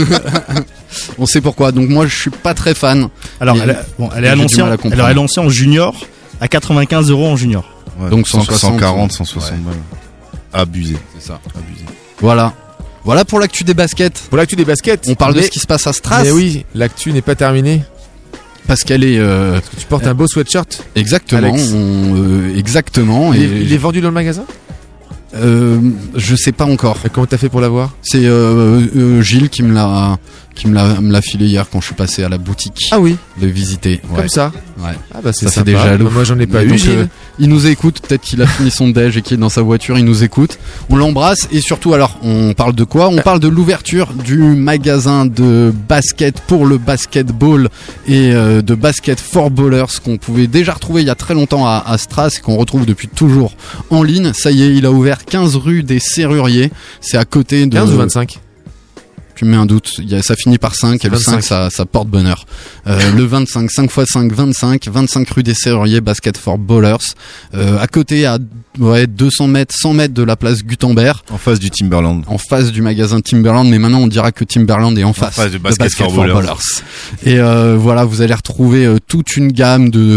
H: On sait pourquoi. Donc moi, je suis pas très fan.
F: Alors, elle est annoncée en junior à 95 € en junior.
I: Ouais,
H: donc
I: 140, 160 balles. Abusé.
H: C'est ça. Abusé. Voilà pour l'actu des baskets.
D: Pour l'actu des baskets.
H: On parle de ce qui se passe à Stras.
D: Mais oui, l'actu n'est pas terminée.
H: Parce qu'elle est.
D: Parce que tu portes un beau sweatshirt.
H: Exactement. Exactement.
D: Il est vendu dans le magasin ?
H: Je sais pas encore.
D: Et comment t'as fait pour l'avoir ?
H: C'est Gilles qui me l'a filé hier quand je suis passé à la boutique.
D: Ah oui.
H: De visiter.
D: Comme ça.
H: Ouais.
D: Ah bah c'est
H: ça
D: sympa.
H: fait déjà jaloux.
D: Moi j'en ai pas eu.
H: Donc, il nous écoute. Peut-être qu'il a fini son déj et qu'il est dans sa voiture. Il nous écoute. On l'embrasse et surtout alors on parle de quoi ? On parle de l'ouverture du magasin de basket pour le basketball et de basket for ballers qu'on pouvait déjà retrouver il y a très longtemps à Stras et qu'on retrouve depuis toujours en ligne. Ça y est, il a ouvert 15 rue des Serruriers. C'est à côté de
D: 15 ou 25 ?
H: Tu me mets un doute, ça finit par 5 et le 5 ça porte bonheur. Le 25, 5 x 5, 25 rue des Serruriers, Basket for Ballers. À côté, à 200 mètres, 100 mètres de la place Gutenberg.
I: En face du Timberland.
H: En face du magasin Timberland, mais maintenant on dira que Timberland est en face
I: du Basket for Ballers.
H: Et voilà, vous allez retrouver toute une gamme de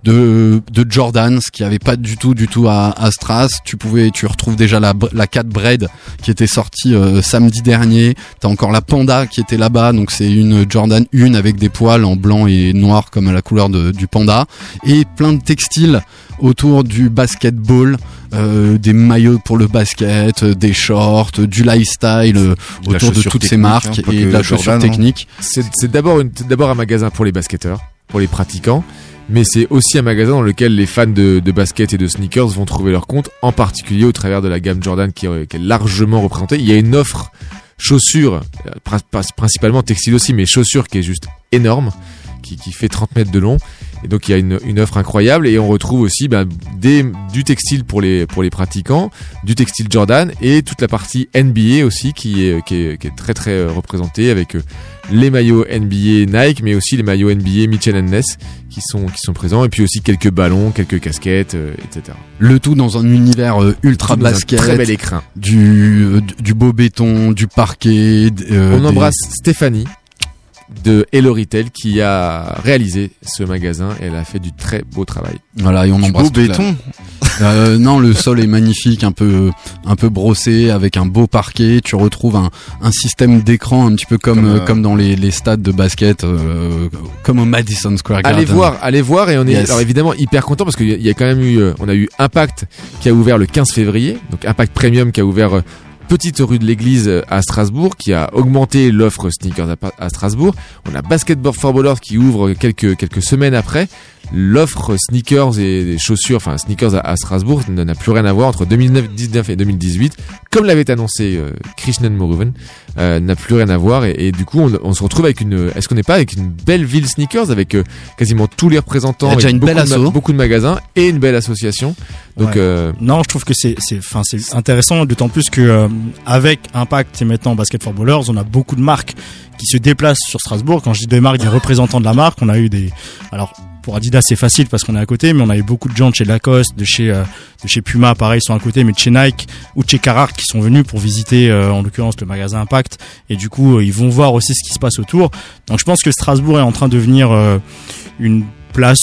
H: Jordan, ce qu'il n'y avait pas du tout à Stras. Tu retrouves déjà la 4 Bread qui était sortie samedi dernier. T'as encore la Panda qui était là-bas, donc c'est une Jordan 1 avec des poils en blanc et noir comme la couleur du panda, et plein de textiles autour du basketball, des maillots pour le basket, des shorts, du lifestyle autour de toutes ces marques et de la chaussure technique.
D: C'est d'abord un magasin pour les basketteurs, pour les pratiquants, mais c'est aussi un magasin dans lequel les fans de basket et de sneakers vont trouver leur compte, en particulier au travers de la gamme Jordan qui est largement représentée. Il y a une offre chaussures, principalement textiles aussi, mais chaussures qui est juste énorme, qui fait 30 mètres de long, et donc il y a une offre incroyable, et on retrouve aussi du textile pour les pratiquants, du textile Jordan, et toute la partie NBA aussi qui est très très représentée avec les maillots NBA Nike, mais aussi les maillots NBA Mitchell & Ness qui sont présents, et puis aussi quelques ballons, quelques casquettes, etc.
H: Le tout dans un univers ultra basket,
D: un très bel écrin,
H: du beau béton, du parquet.
D: On embrasse Stéphanie de Hello Retail qui a réalisé ce magasin, et elle a fait du très beau travail.
H: Voilà, et on embrasse
I: beau béton.
H: Non, le sol est magnifique, un peu brossé avec un beau parquet. Tu retrouves un système d'écran un petit peu comme dans les stades de basket, comme au Madison Square Garden.
D: Allez voir, et on est alors évidemment hyper content parce qu'il y a quand même on a eu Impact qui a ouvert le 15 février, donc Impact Premium qui a ouvert petite rue de l'église à Strasbourg, qui a augmenté l'offre sneakers à Strasbourg. On a Basketball for Ballers qui ouvre quelques semaines après. L'offre sneakers et des chaussures, enfin sneakers à Strasbourg, n'a plus rien à voir entre 2019 et 2018. Comme l'avait annoncé Krishnan Murugan, n'a plus rien à voir, et du coup on se retrouve avec est-ce qu'on n'est pas avec une belle ville sneakers avec quasiment tous les représentants,
H: déjà une belle
D: beaucoup de magasins et une belle association. Donc
F: non, je trouve que c'est intéressant, d'autant plus que avec Impact et maintenant Basket for Ballers, on a beaucoup de marques qui se déplacent sur Strasbourg. Quand je dis des marques, des représentants de la marque, on a eu pour Adidas c'est facile parce qu'on est à côté, mais on a eu beaucoup de gens de chez Lacoste, de chez Puma, pareil, sont à côté, mais de chez Nike ou de chez Carhartt qui sont venus pour visiter en l'occurrence le magasin Impact, et du coup ils vont voir aussi ce qui se passe autour. Donc je pense que Strasbourg est en train de devenir une place,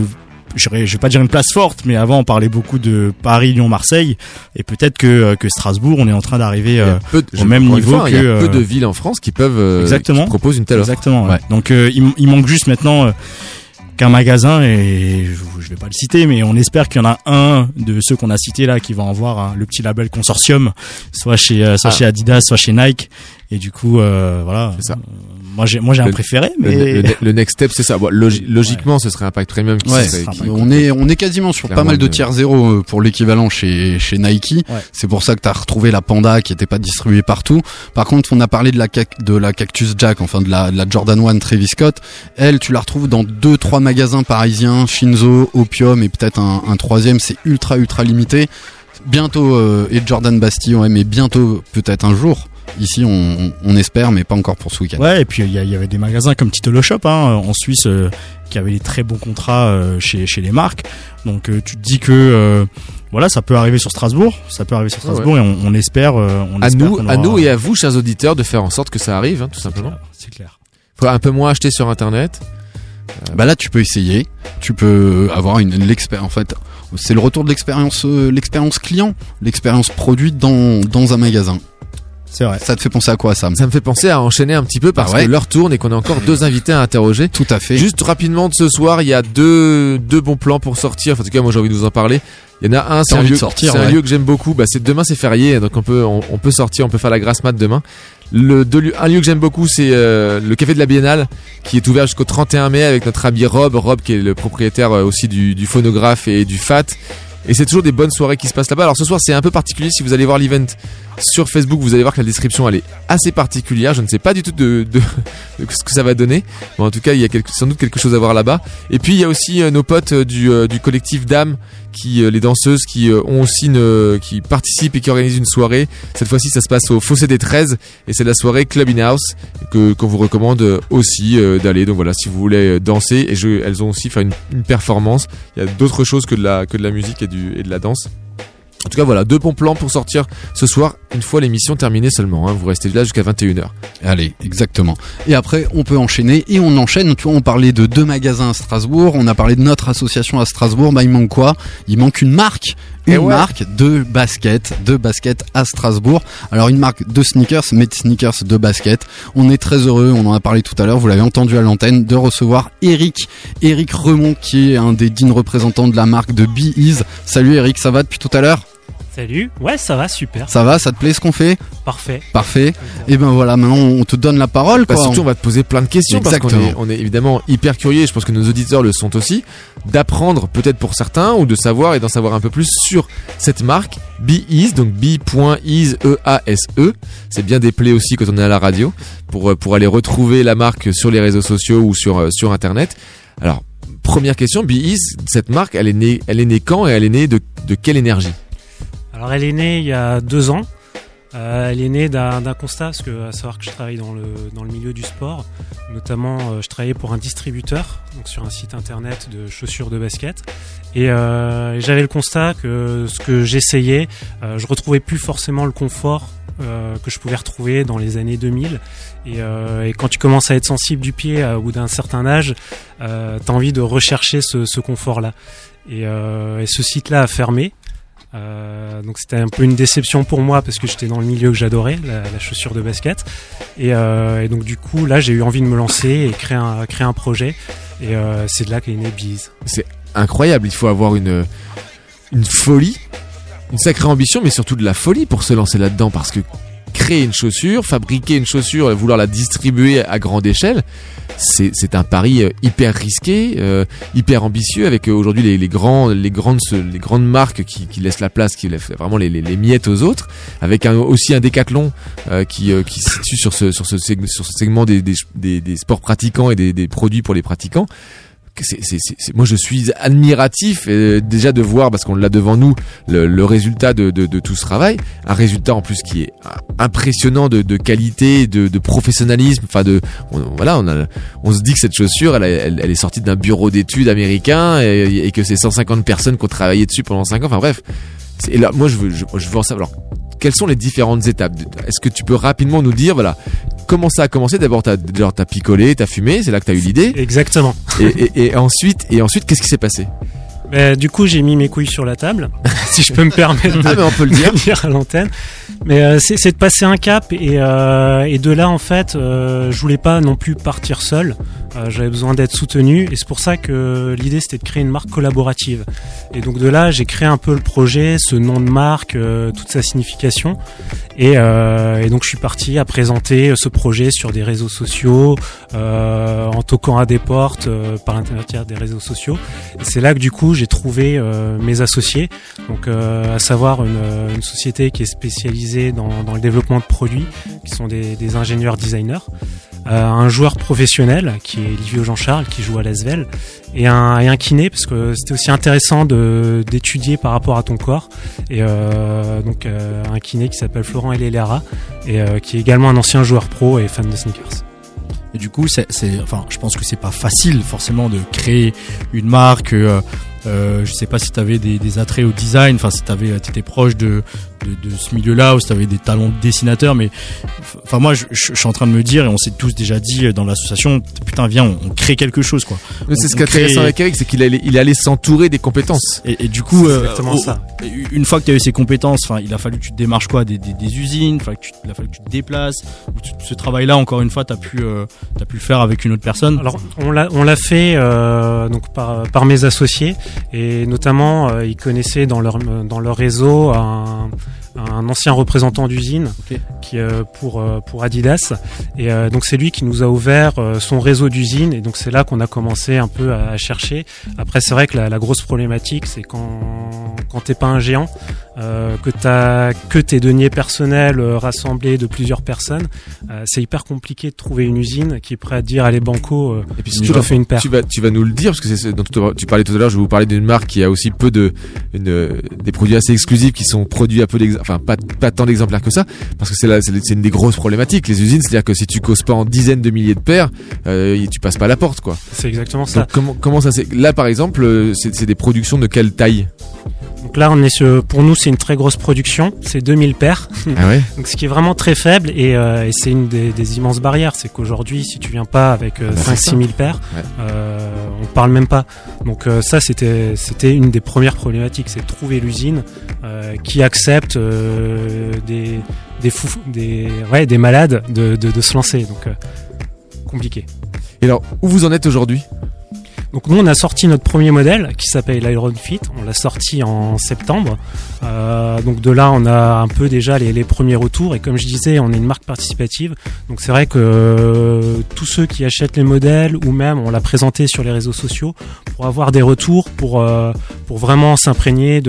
F: je vais pas dire une place forte, mais avant on parlait beaucoup de Paris, Lyon, Marseille, et peut-être que Strasbourg, on est en train d'arriver au même niveau que...
D: Il y a peu de villes en France qui peuvent qui proposent une telle offre.
F: Exactement. Ouais. Donc il manque juste maintenant qu'un magasin, et je vais pas le citer, mais on espère qu'il y en a un de ceux qu'on a cités là qui va avoir le petit label consortium, soit chez Adidas, soit chez Nike, et du coup voilà.
D: C'est ça.
F: Moi j'ai un préféré, mais
D: le next step c'est ça. Bon, logiquement ce serait Impact Premium qui serait,
H: on est quasiment sur pas mal de tiers zéro pour l'équivalent chez Nike. Ouais. C'est pour ça que t'as retrouvé la Panda qui était pas distribuée partout. Par contre, on a parlé de la Cactus Jack, enfin de la Jordan 1 Travis Scott. Elle, tu la retrouves dans 2-3 magasins parisiens, Shinzo, Opium et peut-être un troisième. C'est ultra limité. Bientôt et Jordan Bastille, ouais, mais bientôt peut-être un jour. Ici, on espère, mais pas encore pour ce week-end.
F: Ouais, et puis il y avait des magasins comme Titolo Shop en Suisse qui avaient des très bons contrats chez les marques. Donc tu te dis que voilà, ça peut arriver sur Strasbourg, et on espère.
D: À nous et à vous, chers auditeurs, de faire en sorte que ça arrive, tout simplement.
F: C'est clair.
D: Faut un peu moins acheter sur Internet.
H: Bah là, tu peux essayer. Tu peux avoir l'expérience. En fait, c'est le retour de l'expérience client, l'expérience produit dans un magasin.
F: C'est vrai.
H: Ça te fait penser à quoi, Sam?
D: Ça me fait penser à enchaîner un petit peu parce que l'heure tourne et qu'on a encore 2 invités à interroger.
H: Tout à fait.
D: Juste rapidement de ce soir, il y a deux bons plans pour sortir. Enfin, en tout cas, moi j'ai envie de vous en parler. Il y en a un, c'est un lieu que j'aime beaucoup. Bah, demain c'est férié, donc on peut sortir, on peut faire la grasse mat demain. Un lieu que j'aime beaucoup, c'est le Café de la Biennale, qui est ouvert jusqu'au 31 mai avec notre ami Rob qui est le propriétaire aussi du phonographe et du FAT. Et c'est toujours des bonnes soirées qui se passent là-bas. Alors ce soir c'est un peu particulier. Si vous allez voir l'event sur Facebook, vous allez voir que la description elle est assez particulière. Je ne sais pas du tout de ce que ça va donner. Bon, en tout cas il y a sans doute quelque chose à voir là-bas. Et puis il y a aussi nos potes du collectif Dames, les danseuses qui qui participent et qui organisent une soirée. Cette fois-ci ça se passe au Fossé des 13 et c'est la soirée Club in House qu'on vous recommande aussi d'aller. Donc voilà, si vous voulez danser, et elles ont aussi fait une performance. Il y a d'autres choses que de la musique et de la danse. En tout cas voilà, 2 bons plans pour sortir ce soir, une fois l'émission terminée seulement, vous restez là jusqu'à 21h.
H: Allez, exactement. Et après on peut enchaîner, et on enchaîne. Tu vois, on parlait de 2 magasins à Strasbourg, on a parlé de notre association à Strasbourg. Bah il manque quoi? Il manque une marque. Marque de basket à Strasbourg. Alors une marque de sneakers, mais de sneakers de basket. On est très heureux, on en a parlé tout à l'heure, vous l'avez entendu à l'antenne, de recevoir Eric Remond, qui est un des dignes représentants de la marque de Be Ease. Salut Eric, ça va depuis tout à l'heure?
J: Salut, ouais ça va, super.
H: Ça va, ça te plaît ce qu'on fait?
J: Parfait.
H: Et ben voilà, maintenant on te donne la parole, quoi.
D: Surtout on va te poser plein de questions. Exactement. Parce qu'on est évidemment hyper curieux, je pense que nos auditeurs le sont aussi, d'apprendre peut-être pour certains, ou de savoir et d'en savoir un peu plus sur cette marque Be Ease, donc B.Ease, E-A-S-E. C'est bien déplé aussi quand on est à la radio, pour aller retrouver la marque sur les réseaux sociaux ou sur Internet. Alors, première question, Be Ease, cette marque, elle est née quand, et elle est née de quelle énergie?
J: Alors elle est née il y a 2 ans. Elle est née d'un constat, parce que à savoir que je travaille dans le milieu du sport, notamment je travaillais pour un distributeur, donc sur un site internet de chaussures de basket, et j'avais le constat que ce que j'essayais, je retrouvais plus forcément le confort que je pouvais retrouver dans les années 2000, et quand tu commences à être sensible du pied au bout d'un certain âge, t'as envie de rechercher ce confort-là, et ce site-là a fermé. Donc c'était un peu une déception pour moi, parce que j'étais dans le milieu que j'adorais, la chaussure de basket, et donc du coup là j'ai eu envie de me lancer et créer un projet, et c'est de là qu'est né Be Ease.
D: C'est incroyable, il faut avoir une folie, une sacrée ambition, mais surtout de la folie pour se lancer là-dedans, parce que créer une chaussure, fabriquer une chaussure et vouloir la distribuer à grande échelle, c'est un pari hyper risqué, hyper ambitieux, avec aujourd'hui les grandes marques qui laissent la place, qui laissent vraiment les miettes aux autres, avec aussi un Décathlon qui se situe sur ce segment des sports pratiquants et des produits pour les pratiquants. Moi je suis admiratif déjà de voir, parce qu'on l'a devant nous, le résultat de tout ce travail, un résultat en plus qui est impressionnant de qualité, de professionnalisme. Enfin on se dit que cette chaussure elle est sortie d'un bureau d'études américain, et que c'est 150 personnes qui ont travaillé dessus pendant 5 ans. Enfin bref, et là moi je veux en savoir. Alors, quelles sont les différentes étapes? Est-ce que tu peux rapidement nous dire, voilà, comment ça a commencé? D'abord, t'as picolé, t'as fumé, c'est là que t'as eu l'idée.
J: Exactement.
D: Et ensuite, qu'est-ce qui s'est passé?
J: Du coup, j'ai mis mes couilles sur la table, si je peux me permettre
D: mais on peut le dire
J: à l'antenne. Mais c'est de passer un cap, et de là, en fait, je voulais pas non plus partir seul. J'avais besoin d'être soutenu, et c'est pour ça que l'idée c'était de créer une marque collaborative. Et donc de là, j'ai créé un peu le projet, ce nom de marque, toute sa signification. Et donc je suis parti à présenter ce projet sur des réseaux sociaux, en toquant à des portes par l'intermédiaire des réseaux sociaux. Et c'est là que du coup j'ai trouvé mes associés, donc à savoir une société qui est spécialisée dans le développement de produits, qui sont des ingénieurs designers, un joueur professionnel qui est Livio Jean-Charles, qui joue à l'Asvel, et un kiné, parce que c'était aussi intéressant d'étudier par rapport à ton corps, et donc un kiné qui s'appelle Florent Elelara, et qui est également un ancien joueur pro et fan de sneakers.
F: Et du coup, je pense que c'est pas facile forcément de créer une marque Je sais pas si t'avais des attraits au design, enfin si t'étais proche de ce milieu-là, ou si t'avais des talents de dessinateur, mais enfin moi je suis en train de me dire, et on s'est tous déjà dit dans l'association, putain viens on crée quelque chose quoi.
D: Mais c'est ce qui est intéressant avec Eric, c'est qu'il allait s'entourer des compétences.
F: Et du coup une fois que tu as eu ces compétences, enfin il a fallu que tu te démarches quoi des usines, il a fallu que tu te déplaces. Ce travail-là encore une fois t'as pu le faire avec une autre personne.
J: Alors on l'a fait donc par mes associés, et notamment ils connaissaient dans leur réseau un ancien représentant d'usine qui pour Adidas, et donc c'est lui qui nous a ouvert son réseau d'usines, et donc c'est là qu'on a commencé un peu à chercher. Après c'est vrai que la grosse problématique c'est quand t'es pas un géant, que t'as que tes deniers personnels rassemblés de plusieurs personnes, c'est hyper compliqué de trouver une usine qui est prête à dire allez banco,
D: et puis si tu refais
J: une paire.
D: Tu vas nous le dire, parce que c'est dont tu parlais tout à l'heure. Je vais vous parler d'une marque qui a aussi peu des produits assez exclusifs qui sont produits à peu pas tant d'exemplaires que ça, parce que c'est une des grosses problématiques, les usines. C'est-à-dire que si tu causes pas en dizaines de milliers de paires, tu passes pas la porte quoi.
J: C'est exactement ça.
D: Donc, comment ça c'est là par exemple, c'est des productions de quelle taille?
J: Donc là, pour nous, c'est une très grosse production. C'est 2000 paires.
D: Ah ouais.
J: Donc ce qui est vraiment très faible, et c'est une des immenses barrières. C'est qu'aujourd'hui, si tu viens pas avec 5-6 000 paires, on parle même pas. Donc ça, c'était une des premières problématiques, c'est de trouver l'usine qui accepte des malades de se lancer. Donc compliqué.
D: Et alors, où vous en êtes aujourd'hui?
J: Donc nous on a sorti notre premier modèle qui s'appelle l'Iron Fit, on l'a sorti en septembre, donc de là on a un peu déjà les premiers retours, et comme je disais on est une marque participative, donc c'est vrai que tous ceux qui achètent les modèles, ou même on l'a présenté sur les réseaux sociaux pour avoir des retours, pour vraiment s'imprégner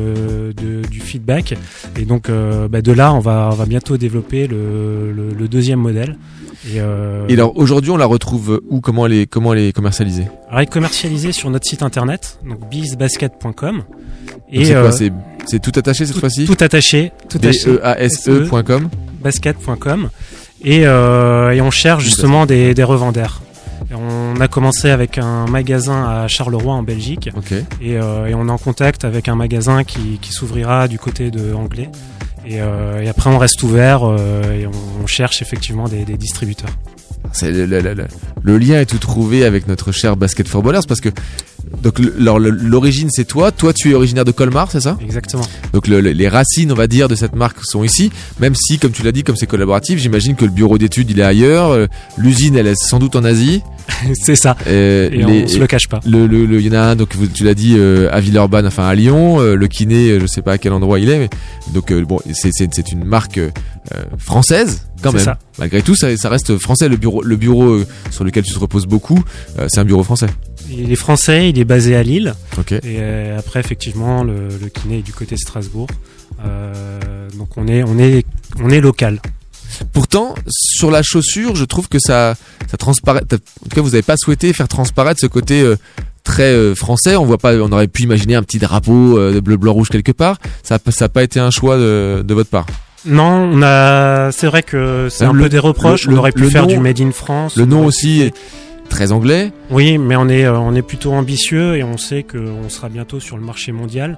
J: du feedback, et donc de là on va bientôt développer le deuxième modèle. Et
D: alors aujourd'hui on la retrouve où? Comment elle est commercialisée?
J: Alors elle est commercialisée sur notre site internet, donc bizbasket.com.
D: Et c'est quoi, c'est tout attaché cette fois-ci?
J: Tout attaché.
D: BEASE.com.
J: Basket.com. Et on cherche justement des revendeurs. Et on a commencé avec un magasin à Charleroi en Belgique.
D: Okay.
J: Et on est en contact avec un magasin qui s'ouvrira du côté de Anglet. Et après on reste ouvert et on cherche effectivement des distributeurs.
D: C'est le lien est tout trouvé avec notre cher Basket for Ballers, parce que donc l'origine c'est toi tu es originaire de Colmar, c'est ça?
J: Exactement.
D: Donc les racines on va dire de cette marque sont ici, même si comme tu l'as dit, comme c'est collaboratif, j'imagine que le bureau d'études il est ailleurs, l'usine elle est sans doute en Asie.
J: C'est ça. Et on se le cache pas.
D: Il y en a un, donc tu l'as dit, à Villeurbanne, enfin à Lyon, le kiné, je sais pas à quel endroit il est, mais donc bon, c'est une marque française quand même. Ça. Malgré tout, ça reste français. Le bureau sur lequel tu te reposes beaucoup, c'est un bureau français.
J: Il est français, il est basé à Lille.
D: Okay.
J: Et après, effectivement, le kiné est du côté de Strasbourg. Donc on est local.
D: Pourtant, sur la chaussure, je trouve que ça transparaît. En tout cas, vous n'avez pas souhaité faire transparaître ce côté très français. On aurait pu imaginer un petit drapeau de bleu, blanc, rouge quelque part. Ça n'a pas été un choix de votre part.
J: Non, c'est vrai que c'est un peu des reproches. On aurait pu faire du Made in France.
D: Le nom aussi est très anglais.
J: Oui, mais on est plutôt ambitieux, et on sait qu'on sera bientôt sur le marché mondial.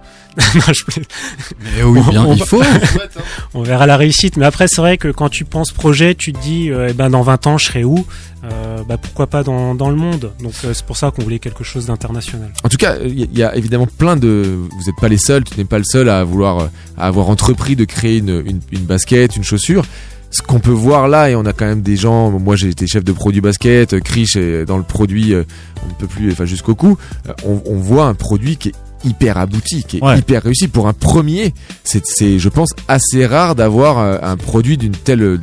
H: Mais oui, il faut.
J: On verra la réussite. Mais après, c'est vrai que quand tu penses projet, tu te dis, dans 20 ans, je serai où? Pourquoi pas dans le monde? Donc c'est pour ça qu'on voulait quelque chose d'international.
D: En tout cas, il y a évidemment vous n'êtes pas les seuls, tu n'es pas le seul à avoir entrepris de créer une basket, une chaussure. Ce qu'on peut voir là, et on a quand même des gens, moi j'ai été chef de produit basket, Krish est dans le produit, on ne peut plus, enfin jusqu'au cou, on voit un produit qui est hyper abouti, qui est hyper réussi. Pour un premier, c'est je pense assez rare d'avoir un produit d'une telle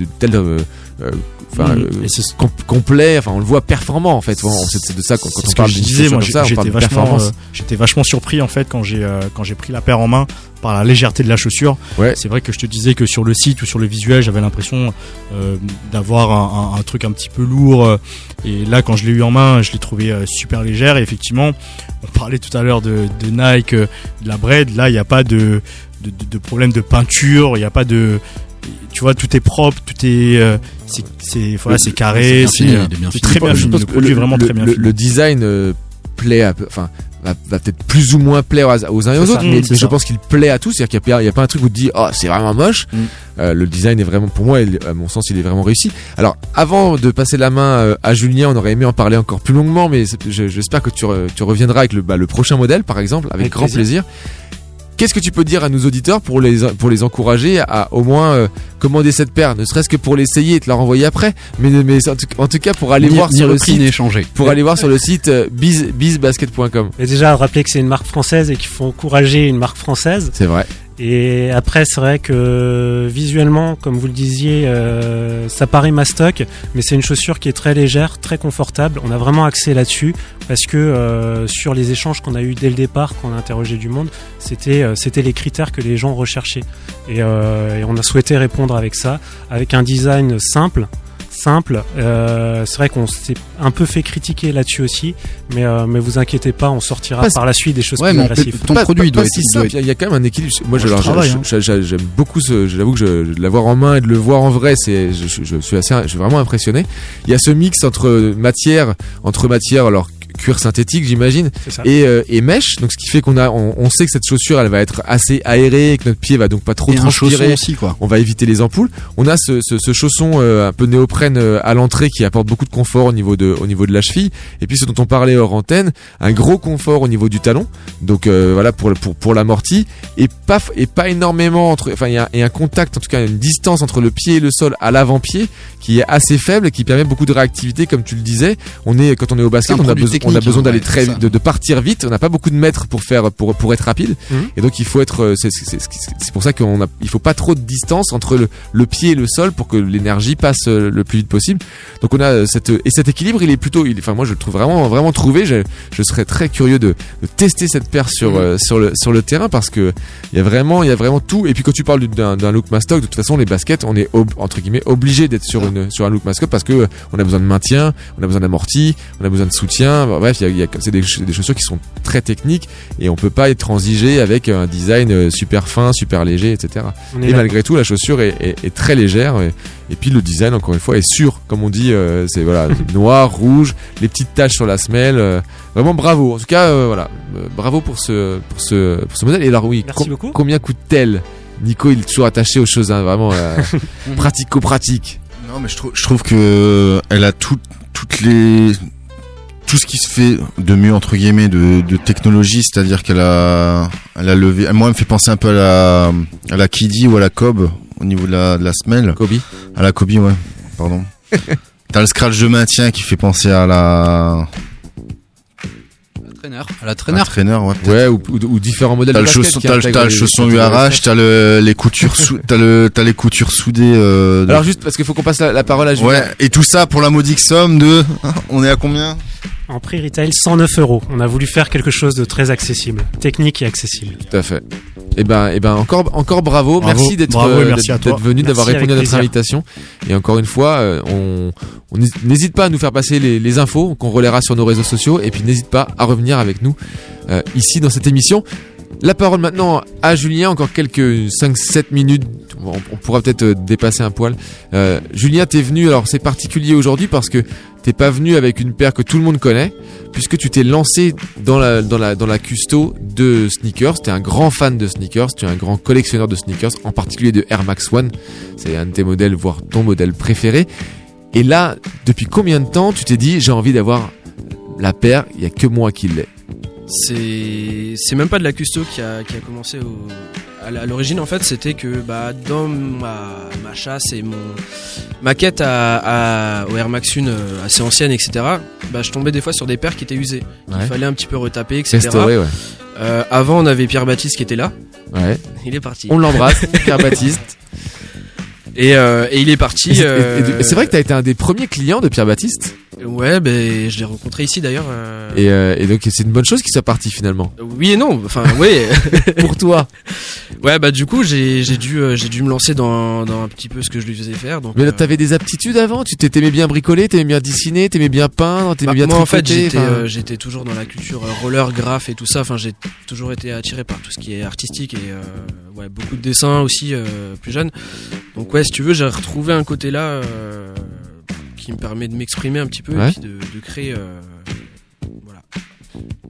D: complet, enfin on le voit performant en fait. C'est de ça quand on parle d'une chaussure comme ça, on parle de performance.
F: J'étais vachement surpris en fait quand j'ai pris la paire en main par la légèreté de la chaussure.
D: Ouais.
F: C'est vrai que je te disais que sur le site ou sur le visuel, j'avais l'impression d'avoir un truc un petit peu lourd, et là quand je l'ai eu en main, je l'ai trouvé super légère. Et effectivement, on parlait tout à l'heure de Nike, de la Braid. Là, il n'y a pas de problème de peinture, il n'y a pas de, tu vois, tout est propre, tout est c'est carré, c'est très bien fini. Le produit est vraiment très bien fini.
D: Le design plaît va peut-être plus ou moins plaire aux uns et aux autres, mais je pense qu'il plaît à tous. C'est-à-dire qu'il y a pas un truc où tu te dis, oh, c'est vraiment moche. Le design est vraiment, pour moi, à mon sens, il est vraiment réussi. Alors, avant de passer la main à Julien, on aurait aimé en parler encore plus longuement, mais j'espère que tu reviendras avec le prochain modèle, par exemple, avec grand plaisir. Qu'est-ce que tu peux dire à nos auditeurs pour les encourager à au moins commander cette paire, ne serait-ce que pour l'essayer et te la renvoyer après, mais en tout cas pour aller voir sur le site, aller voir sur le site bizbasket.com.
J: Et déjà rappeler que c'est une marque française et qu'il faut encourager une marque française.
D: C'est vrai.
J: Et après, c'est vrai que visuellement, comme vous le disiez, ça paraît mastoc, mais c'est une chaussure qui est très légère, très confortable. On a vraiment axé là-dessus parce que sur les échanges qu'on a eu dès le départ, quand on a interrogé du monde, c'était les critères que les gens recherchaient. Et on a souhaité répondre avec ça, avec un design simple. C'est vrai qu'on s'est un peu fait critiquer là-dessus aussi, mais vous inquiétez pas, on sortira par la suite des choses plus agressives.
D: Ton produit doit être si simple. Il y a quand même un équilibre. Moi, j'aime beaucoup j'avoue que de l'avoir en main et de le voir en vrai, je suis vraiment impressionné. Il y a ce mix entre matière, alors cuir synthétique, j'imagine, et mèche. Donc ce qui fait on sait que cette chaussure, elle va être assez aérée et que notre pied va donc pas trop transpirer.
H: Aussi, quoi.
D: On va éviter les ampoules. On a ce chausson un peu néoprène à l'entrée qui apporte beaucoup de confort au niveau de la cheville. Et puis ce dont on parlait hors antenne, un gros confort au niveau du talon. Donc voilà pour l'amorti et pas énormément il y a un contact, en tout cas une distance entre le pied et le sol à l'avant-pied qui est assez faible et qui permet beaucoup de réactivité, comme tu le disais. Quand on est au basket, on a besoin d'aller très vite, de partir vite. On n'a pas beaucoup de mètres pour être rapide. Et donc il faut être, c'est pour ça il faut pas trop de distance entre le pied et le sol pour que l'énergie passe le plus vite possible. Donc on a cet équilibre, moi je le trouve vraiment trouvé. Je serais très curieux de tester cette paire sur le terrain parce que il y a vraiment tout. Et puis quand tu parles d'un look mastoc, de toute façon les baskets, on est entre guillemets obligé d'être sur un look mastoc parce que on a besoin de maintien, on a besoin d'amorti, on a besoin de soutien. Bref, c'est des chaussures qui sont très techniques et on peut pas être transigé avec un design super fin, super léger, etc. Et malgré tout, la chaussure est très légère et puis le design, encore une fois, est sûr, comme on dit, c'est noir, rouge, les petites taches sur la semelle. Vraiment bravo. En tout cas, bravo pour ce modèle. Et alors oui, combien coûte-t-elle? Nico, il est toujours attaché aux choses, hein, vraiment pratico-pratique.
I: Non, mais je trouve que elle a tout ce qui se fait de mieux entre guillemets de technologie, c'est-à-dire qu'elle a levé. Moi, elle me fait penser un peu à la Kiddy ou à la Cobb au niveau de la semelle.
D: Kobe.
I: À la Kobe, ouais. Pardon. T'as le scratch de maintien qui fait penser à la traîner, ouais.
D: Ouais, ou différents modèles de basket.
I: T'as le chausson URH, t'as les coutures t'as les coutures soudées.
D: Alors juste parce qu'il faut qu'on passe la parole à Julien.
I: Ouais, et tout ça pour la modique somme de, on est à combien?
J: En prix retail, 109 €. On a voulu faire quelque chose de très accessible, technique et accessible.
D: Tout à fait. Et ben encore bravo. Merci d'être venu, d'avoir répondu à notre invitation. Et encore une fois, on n'hésite pas à nous faire passer les infos qu'on relaiera sur nos réseaux sociaux. Et puis n'hésite pas à revenir avec nous ici dans cette émission. La parole maintenant à Julien, encore quelques 5-7 minutes, on pourra peut-être dépasser un poil. Julien, t'es venu, alors c'est particulier aujourd'hui parce que t'es pas venu avec une paire que tout le monde connaît, puisque tu t'es lancé dans la custo de sneakers. T'es un grand fan de sneakers, tu es un grand collectionneur de sneakers, en particulier de Air Max One. C'est un de tes modèles, voire ton modèle préféré. Et là, depuis combien de temps tu t'es dit j'ai envie d'avoir la paire, il y a que moi qui l'ai?
G: C'est même pas de la custo qui a commencé à l'origine. En fait, c'était que dans ma chasse et ma quête au Air Max 1 assez ancienne, etc., je tombais des fois sur des paires qui étaient usées, qu'il fallait un petit peu retaper, etc.
D: Restaurer, ouais.
G: Avant, on avait Pierre Baptiste qui était là.
D: Ouais.
G: Il est parti.
D: On l'embrasse, Pierre Baptiste.
G: Et il est parti.
D: Et c'est vrai que t'as été un des premiers clients de Pierre Baptiste.
G: Ouais, je l'ai rencontré ici d'ailleurs.
D: Et donc c'est une bonne chose qu'il soit parti finalement.
G: Oui et non. Enfin, oui.
D: Pour toi.
G: Ouais, du coup j'ai dû me lancer dans un petit peu ce que je lui faisais faire. Donc,
D: mais là, t'avais des aptitudes avant. Tu t'aimais bien bricoler, t'aimais bien dessiner, t'aimais bien peindre, t'aimais bien tricoter.
G: Moi en fait j'étais toujours dans la culture roller, graph et tout ça. Enfin, j'ai toujours été attiré par tout ce qui est artistique et beaucoup de dessins aussi plus jeune. Donc ouais, si tu veux, j'ai retrouvé un côté là qui me permet de m'exprimer un petit peu et puis de créer. Voilà.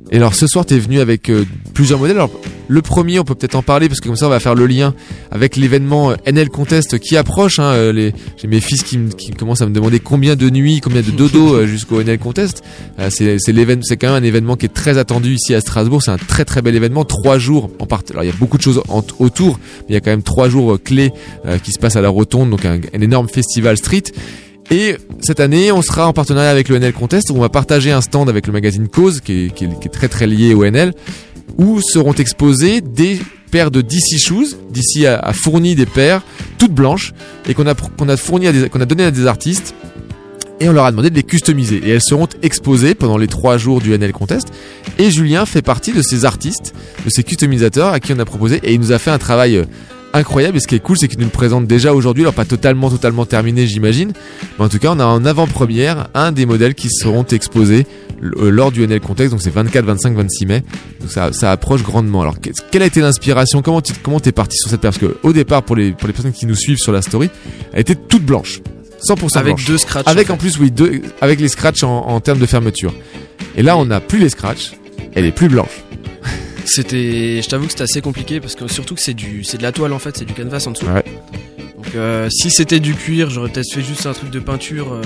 D: Et alors ce soir t'es venu avec plusieurs modèles. Alors le premier on peut peut-être en parler parce que comme ça on va faire le lien avec l'événement NL Contest qui approche. J'ai mes fils qui commencent à me demander combien de nuits, combien de dodo jusqu'au NL Contest. C'est quand même un événement qui est très attendu ici à Strasbourg. C'est un très très bel événement, 3 jours en part. Alors il y a beaucoup de choses autour, mais il y a quand même 3 jours clés qui se passent à la Rotonde, donc un énorme festival street. Et cette année, on sera en partenariat avec le NL Contest où on va partager un stand avec le magazine Cause qui est très très lié au NL, où seront exposées des paires de DC Shoes. DC a fourni des paires toutes blanches et qu'on a donné à des artistes et on leur a demandé de les customiser et elles seront exposées pendant les 3 jours du NL Contest. Et Julien fait partie de ces artistes, de ces customisateurs à qui on a proposé et il nous a fait un travail incroyable. Et ce qui est cool, c'est qu'il nous le présente déjà aujourd'hui, alors pas totalement terminé j'imagine, mais en tout cas on a en avant-première un des modèles qui seront exposés lors du NL Contest, donc c'est 24, 25, 26 mai, donc ça approche grandement. Alors quelle a été l'inspiration, comment t'es parti sur cette paire, parce que au départ pour les personnes qui nous suivent sur la story, elle était toute blanche, 100%
G: avec
D: blanche,
G: 2 scratchs
D: avec en plus avec les scratchs en termes de fermeture, et là on n'a plus les scratchs, elle est plus blanche.
G: Je t'avoue que c'était assez compliqué parce que surtout que c'est de la toile en fait, c'est du canvas en dessous.
D: Ouais.
G: Donc si c'était du cuir, j'aurais peut-être fait juste un truc de peinture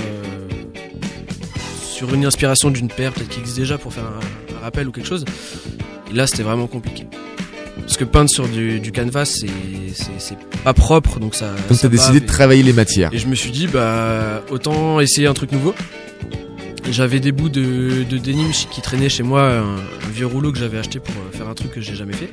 G: sur une inspiration d'une paire peut-être qui existe déjà pour faire un rappel ou quelque chose. Et là c'était vraiment compliqué. Parce que peindre sur du canvas c'est pas propre, donc ça.
D: Donc t'as décidé de travailler les matières.
G: Et je me suis dit autant essayer un truc nouveau. J'avais des bouts de denim qui traînaient chez moi, un vieux rouleau que j'avais acheté pour faire un truc que j'ai jamais fait.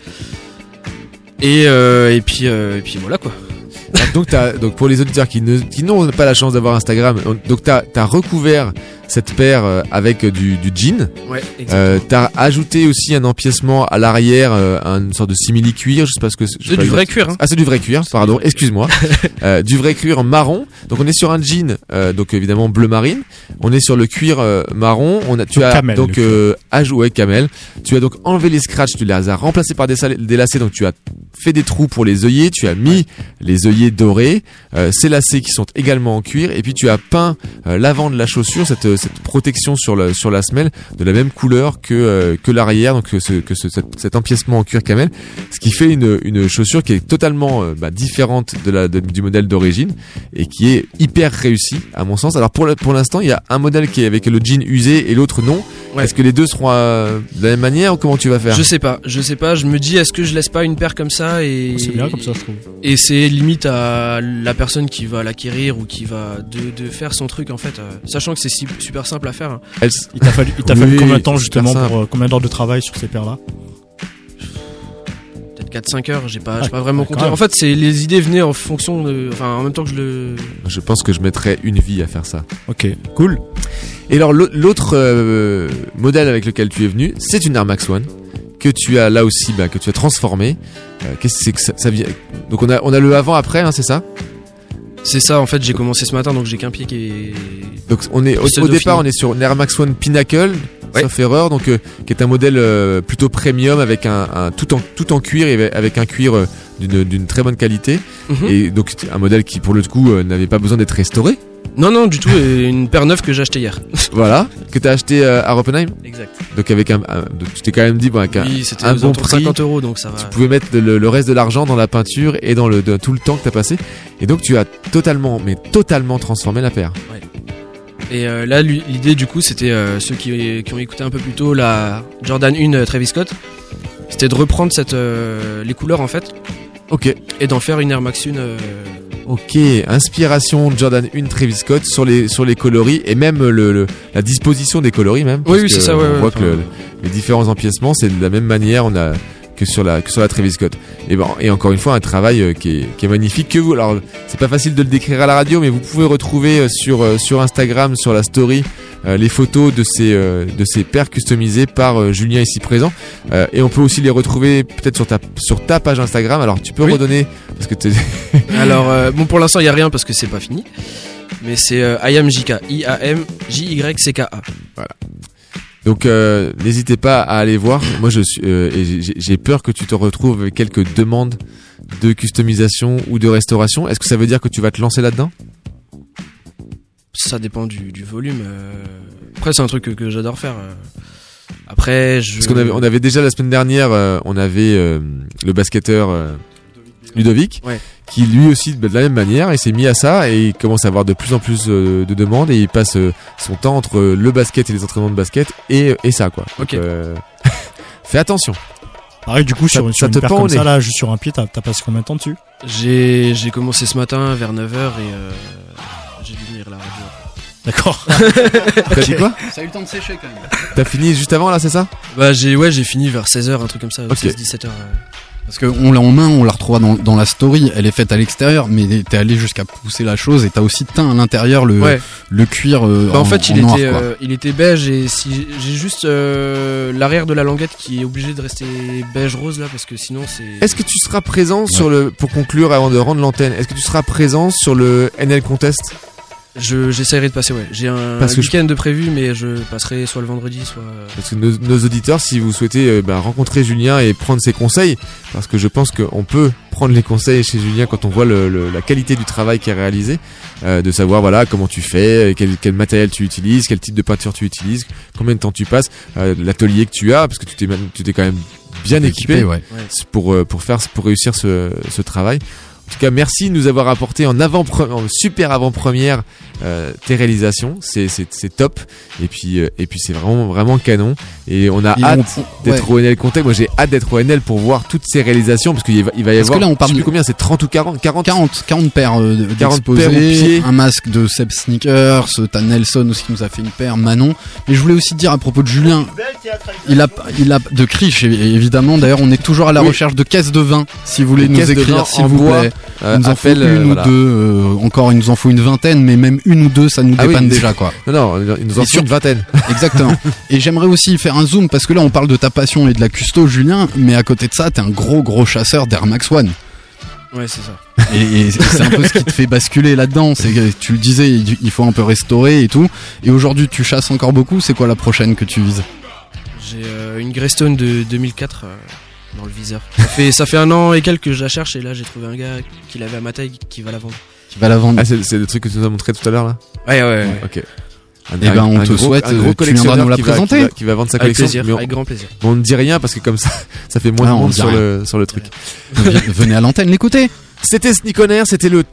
G: Et puis voilà quoi.
D: Donc pour les auditeurs qui n'ont pas la chance d'avoir Instagram, donc t'as recouvert cette paire avec du jean.
G: Ouais, exactement.
D: T'as ajouté aussi un empiècement à l'arrière, une sorte de simili cuir, je sais pas ce que
G: c'est. Du vrai cuir. Hein.
D: Ah, c'est du vrai cuir, pardon, excuse-moi. Du vrai cuir marron. Donc on est sur un jean, donc évidemment bleu marine. On est sur le cuir marron. Tu as camel, donc ajouté camel. Tu as donc enlevé les scratchs, tu les as remplacés par des lacets. Donc tu as fait des trous pour les œillets. Tu as mis les œillets dorés, ces lacets qui sont également en cuir. Et puis tu as peint l'avant de la chaussure, cette protection sur la semelle de la même couleur que l'arrière, donc cet empiècement en cuir camel, ce qui fait une chaussure qui est totalement différente du modèle d'origine et qui est hyper réussie à mon sens. Alors pour l'instant il y a un modèle qui est avec le jean usé et l'autre non. Ouais. Est-ce que les deux seront de la même manière ou comment tu vas faire ?
G: Je sais pas, je me dis est-ce que je laisse pas une paire comme ça et
F: c'est bien comme ça je trouve.
G: Et c'est limite à la personne qui va l'acquérir ou qui va de faire son truc en fait, sachant que c'est super simple à faire.
F: Il t'a fallu combien de temps justement pour combien d'heures de travail sur ces paires là ?
G: Peut-être 4-5 heures, j'ai pas vraiment compté. En fait, c'est les idées venaient en fonction en même temps que
D: je pense que je mettrais une vie à faire ça.
F: OK, cool.
D: Et alors l'autre modèle avec lequel tu es venu, c'est une Air Max One que tu as là aussi que tu as transformé. Qu'est-ce que c'est que ça vient ? Donc on a le avant après, hein, c'est ça ?
G: C'est ça, en fait, j'ai commencé ce matin, donc j'ai qu'un pied qui est.
D: Donc on est au départ, on est sur une Air Max One Pinnacle, sauf erreur, donc qui est un modèle plutôt premium avec un tout en cuir et avec un cuir d'une très bonne qualité. Et donc un modèle qui pour le coup n'avait pas besoin d'être restauré.
G: Non du tout, une paire neuve que j'ai achetée hier.
D: Voilà, que t'as acheté à Oppenheim.
G: Exact.
D: Donc avec tu t'es quand même dit avec un bon prix,
G: 50 € donc ça va.
D: Tu pouvais mettre le reste de l'argent dans la peinture et dans tout le temps que t'as passé. Et donc tu as totalement transformé la paire.
G: Ouais. Et là l'idée du coup c'était ceux qui ont écouté un peu plus tôt la Jordan 1 Travis Scott, c'était de reprendre les couleurs en fait.
D: Ok.
G: Et d'en faire une Air Max 1.
D: Ok, inspiration Jordan 1 Travis Scott sur les coloris et même la disposition des coloris même.
G: Oui, c'est ça.
D: On voit que les différents empiècements c'est de la même manière que sur la Travis Scott. Et encore une fois un travail qui est magnifique que vous. Alors c'est pas facile de le décrire à la radio, mais vous pouvez retrouver sur Instagram sur la story les photos de ces paires customisées par Julien ici présent. Et on peut aussi les retrouver peut-être sur ta page Instagram. Alors tu peux redonner parce que
G: alors bon pour l'instant il y a rien parce que c'est pas fini. Mais c'est IAMJK, IAMJYCKA.
D: Voilà. Donc n'hésitez pas à aller voir. Moi j'ai peur que tu te retrouves avec quelques demandes de customisation ou de restauration. Est-ce que ça veut dire que tu vas te lancer là-dedans ?
G: Ça dépend du volume. Après c'est un truc que j'adore faire. Après,
D: Parce qu'on avait déjà la semaine dernière, on avait le basketteur Ludovic, qui lui aussi de la même manière, il s'est mis à ça et il commence à avoir de plus en plus de demandes et il passe son temps entre le basket et les entraînements de basket et ça quoi.
G: Ok.
D: Donc, fais attention.
F: Pareil, du coup, sur une paire comme ça, là, juste sur un pied, t'as passé combien de temps dessus?
G: J'ai commencé ce matin vers 9h et j'ai dû venir à la radio.
F: D'accord.
D: T'as dit quoi?
H: Ça a eu le temps de sécher quand même.
D: T'as fini juste avant là, c'est ça?
G: Bah j'ai fini vers 16h, un truc comme ça, 16-17h.
H: Parce qu'on l'a en main, on la retrouve dans la story, elle est faite à l'extérieur, mais t'es allé jusqu'à pousser la chose et t'as aussi teint à l'intérieur le cuir
G: en fait,
H: noir,
G: il était beige et si j'ai juste l'arrière de la languette qui est obligé de rester beige rose là parce que sinon c'est...
D: Est-ce que tu seras présent pour conclure avant de rendre l'antenne, est-ce que tu seras présent sur le NL Contest?
G: J'essaierai de passer, j'ai un week-end de prévu, mais je passerai soit le vendredi, soit...
D: Parce que nos auditeurs, si vous souhaitez rencontrer Julien et prendre ses conseils, parce que je pense qu'on peut prendre les conseils chez Julien quand on voit la qualité du travail qui est réalisé, de savoir voilà comment tu fais, quel matériel tu utilises, quel type de peinture tu utilises, combien de temps tu passes, l'atelier que tu as, parce que tu t'es quand même bien équipé pour réussir ce travail. En tout cas, merci de nous avoir apporté en super avant-première tes réalisations, c'est top. Et puis c'est vraiment canon. Et on a hâte d'être au NL Contest. Moi, j'ai hâte d'être au NL pour voir toutes ces réalisations parce qu'il va y avoir.
H: Parce que là, on parle
D: je sais plus combien, c'est 30 ou 40
H: paires d'exposés, un masque de Seb Sneakers, t'as Nelson aussi qui nous a fait une paire, Manon. Mais je voulais aussi dire à propos de Julien, il a de Krish évidemment. D'ailleurs, on est toujours à la recherche de caisses de vin. Si vous voulez nous écrire, s'il vous plaît. Il nous en faut une ou deux, encore il nous en faut une vingtaine, mais même une ou deux ça nous dépanne déjà quoi.
D: Non, il nous en faut une vingtaine.
H: Exactement. Et j'aimerais aussi faire un zoom parce que là on parle de ta passion et de la custo Julien, mais à côté de ça t'es un gros chasseur d'Air Max One.
G: Ouais, c'est ça.
H: Et c'est un peu ce qui te fait basculer là-dedans, c'est que tu le disais, il faut un peu restaurer et tout. Et aujourd'hui tu chasses encore beaucoup, c'est quoi la prochaine que tu vises?
G: J'ai une Greystone de 2004 dans le viseur. Ça fait 1 an et quelques que je la cherche et là j'ai trouvé un gars qui l'avait à ma taille qui va la vendre.
H: Ah,
D: c'est le truc que tu nous as montré tout à l'heure là?
G: Ouais.
D: Ok.
H: Et on te souhaite, tu viendras nous la présenter.
D: Qui va vendre sa collection.
G: Avec grand plaisir.
D: On ne dit rien parce que comme ça fait moins de monde sur le truc.
H: Venez à l'antenne l'écouter.
D: C'était Sneak On Air, c'était le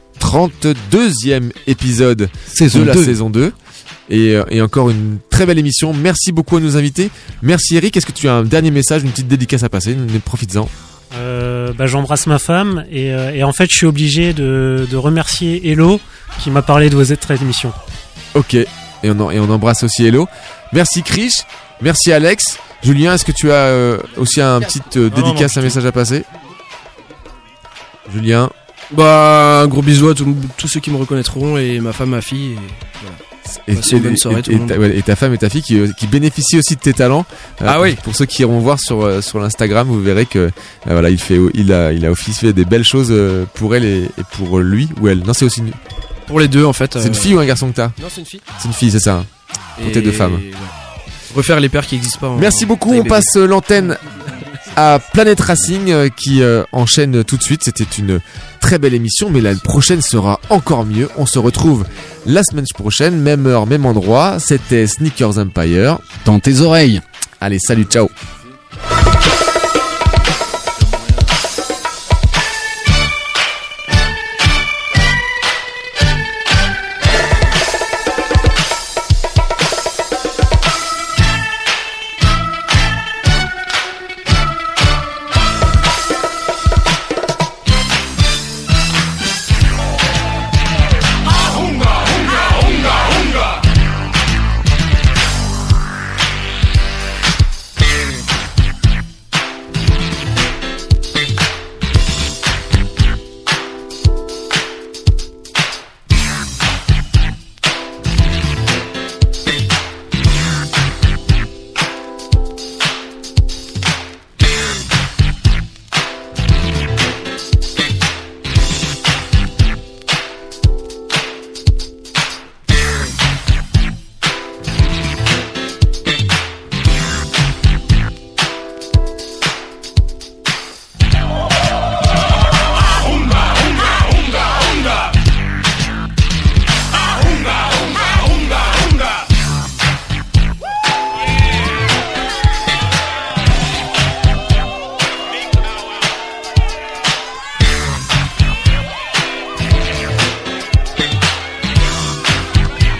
D: 32e épisode de la saison 2. Et encore une très belle émission. Merci beaucoup à nos invités. Merci Eric. Est-ce que tu as un dernier message, une petite dédicace à passer? Profites-en.
J: J'embrasse ma femme et en fait je suis obligé de remercier Hello qui m'a parlé de votre émission.
D: Ok, et on embrasse aussi Hello. Merci Krish, merci Alex. Julien, est-ce que tu as aussi un petit dédicace, un message à passer? Julien?
G: Un gros bisou à tous ceux qui me reconnaîtront et ma femme, ma fille et voilà. Une bonne soirée tout le monde.
D: Et ta femme et ta fille qui bénéficient aussi de tes talents.
G: Oui.
D: Pour ceux qui iront voir sur l'Instagram, vous verrez que il a officié des belles choses pour elle et pour lui ou elle. Non, c'est aussi
G: pour les deux en fait.
D: C'est une fille ou un garçon que t'as?
G: Non, c'est une fille.
D: C'est une fille, c'est ça. Pour tes deux femmes.
G: Ouais. Refaire les paires qui n'existent pas.
D: Merci beaucoup. On passe l'antenne à Planète Racing qui enchaîne tout de suite. C'était une très belle émission, mais la prochaine sera encore mieux. On se retrouve la semaine prochaine, même heure, même endroit. C'était Sneakers Empire
H: dans tes oreilles.
D: Allez, salut, ciao.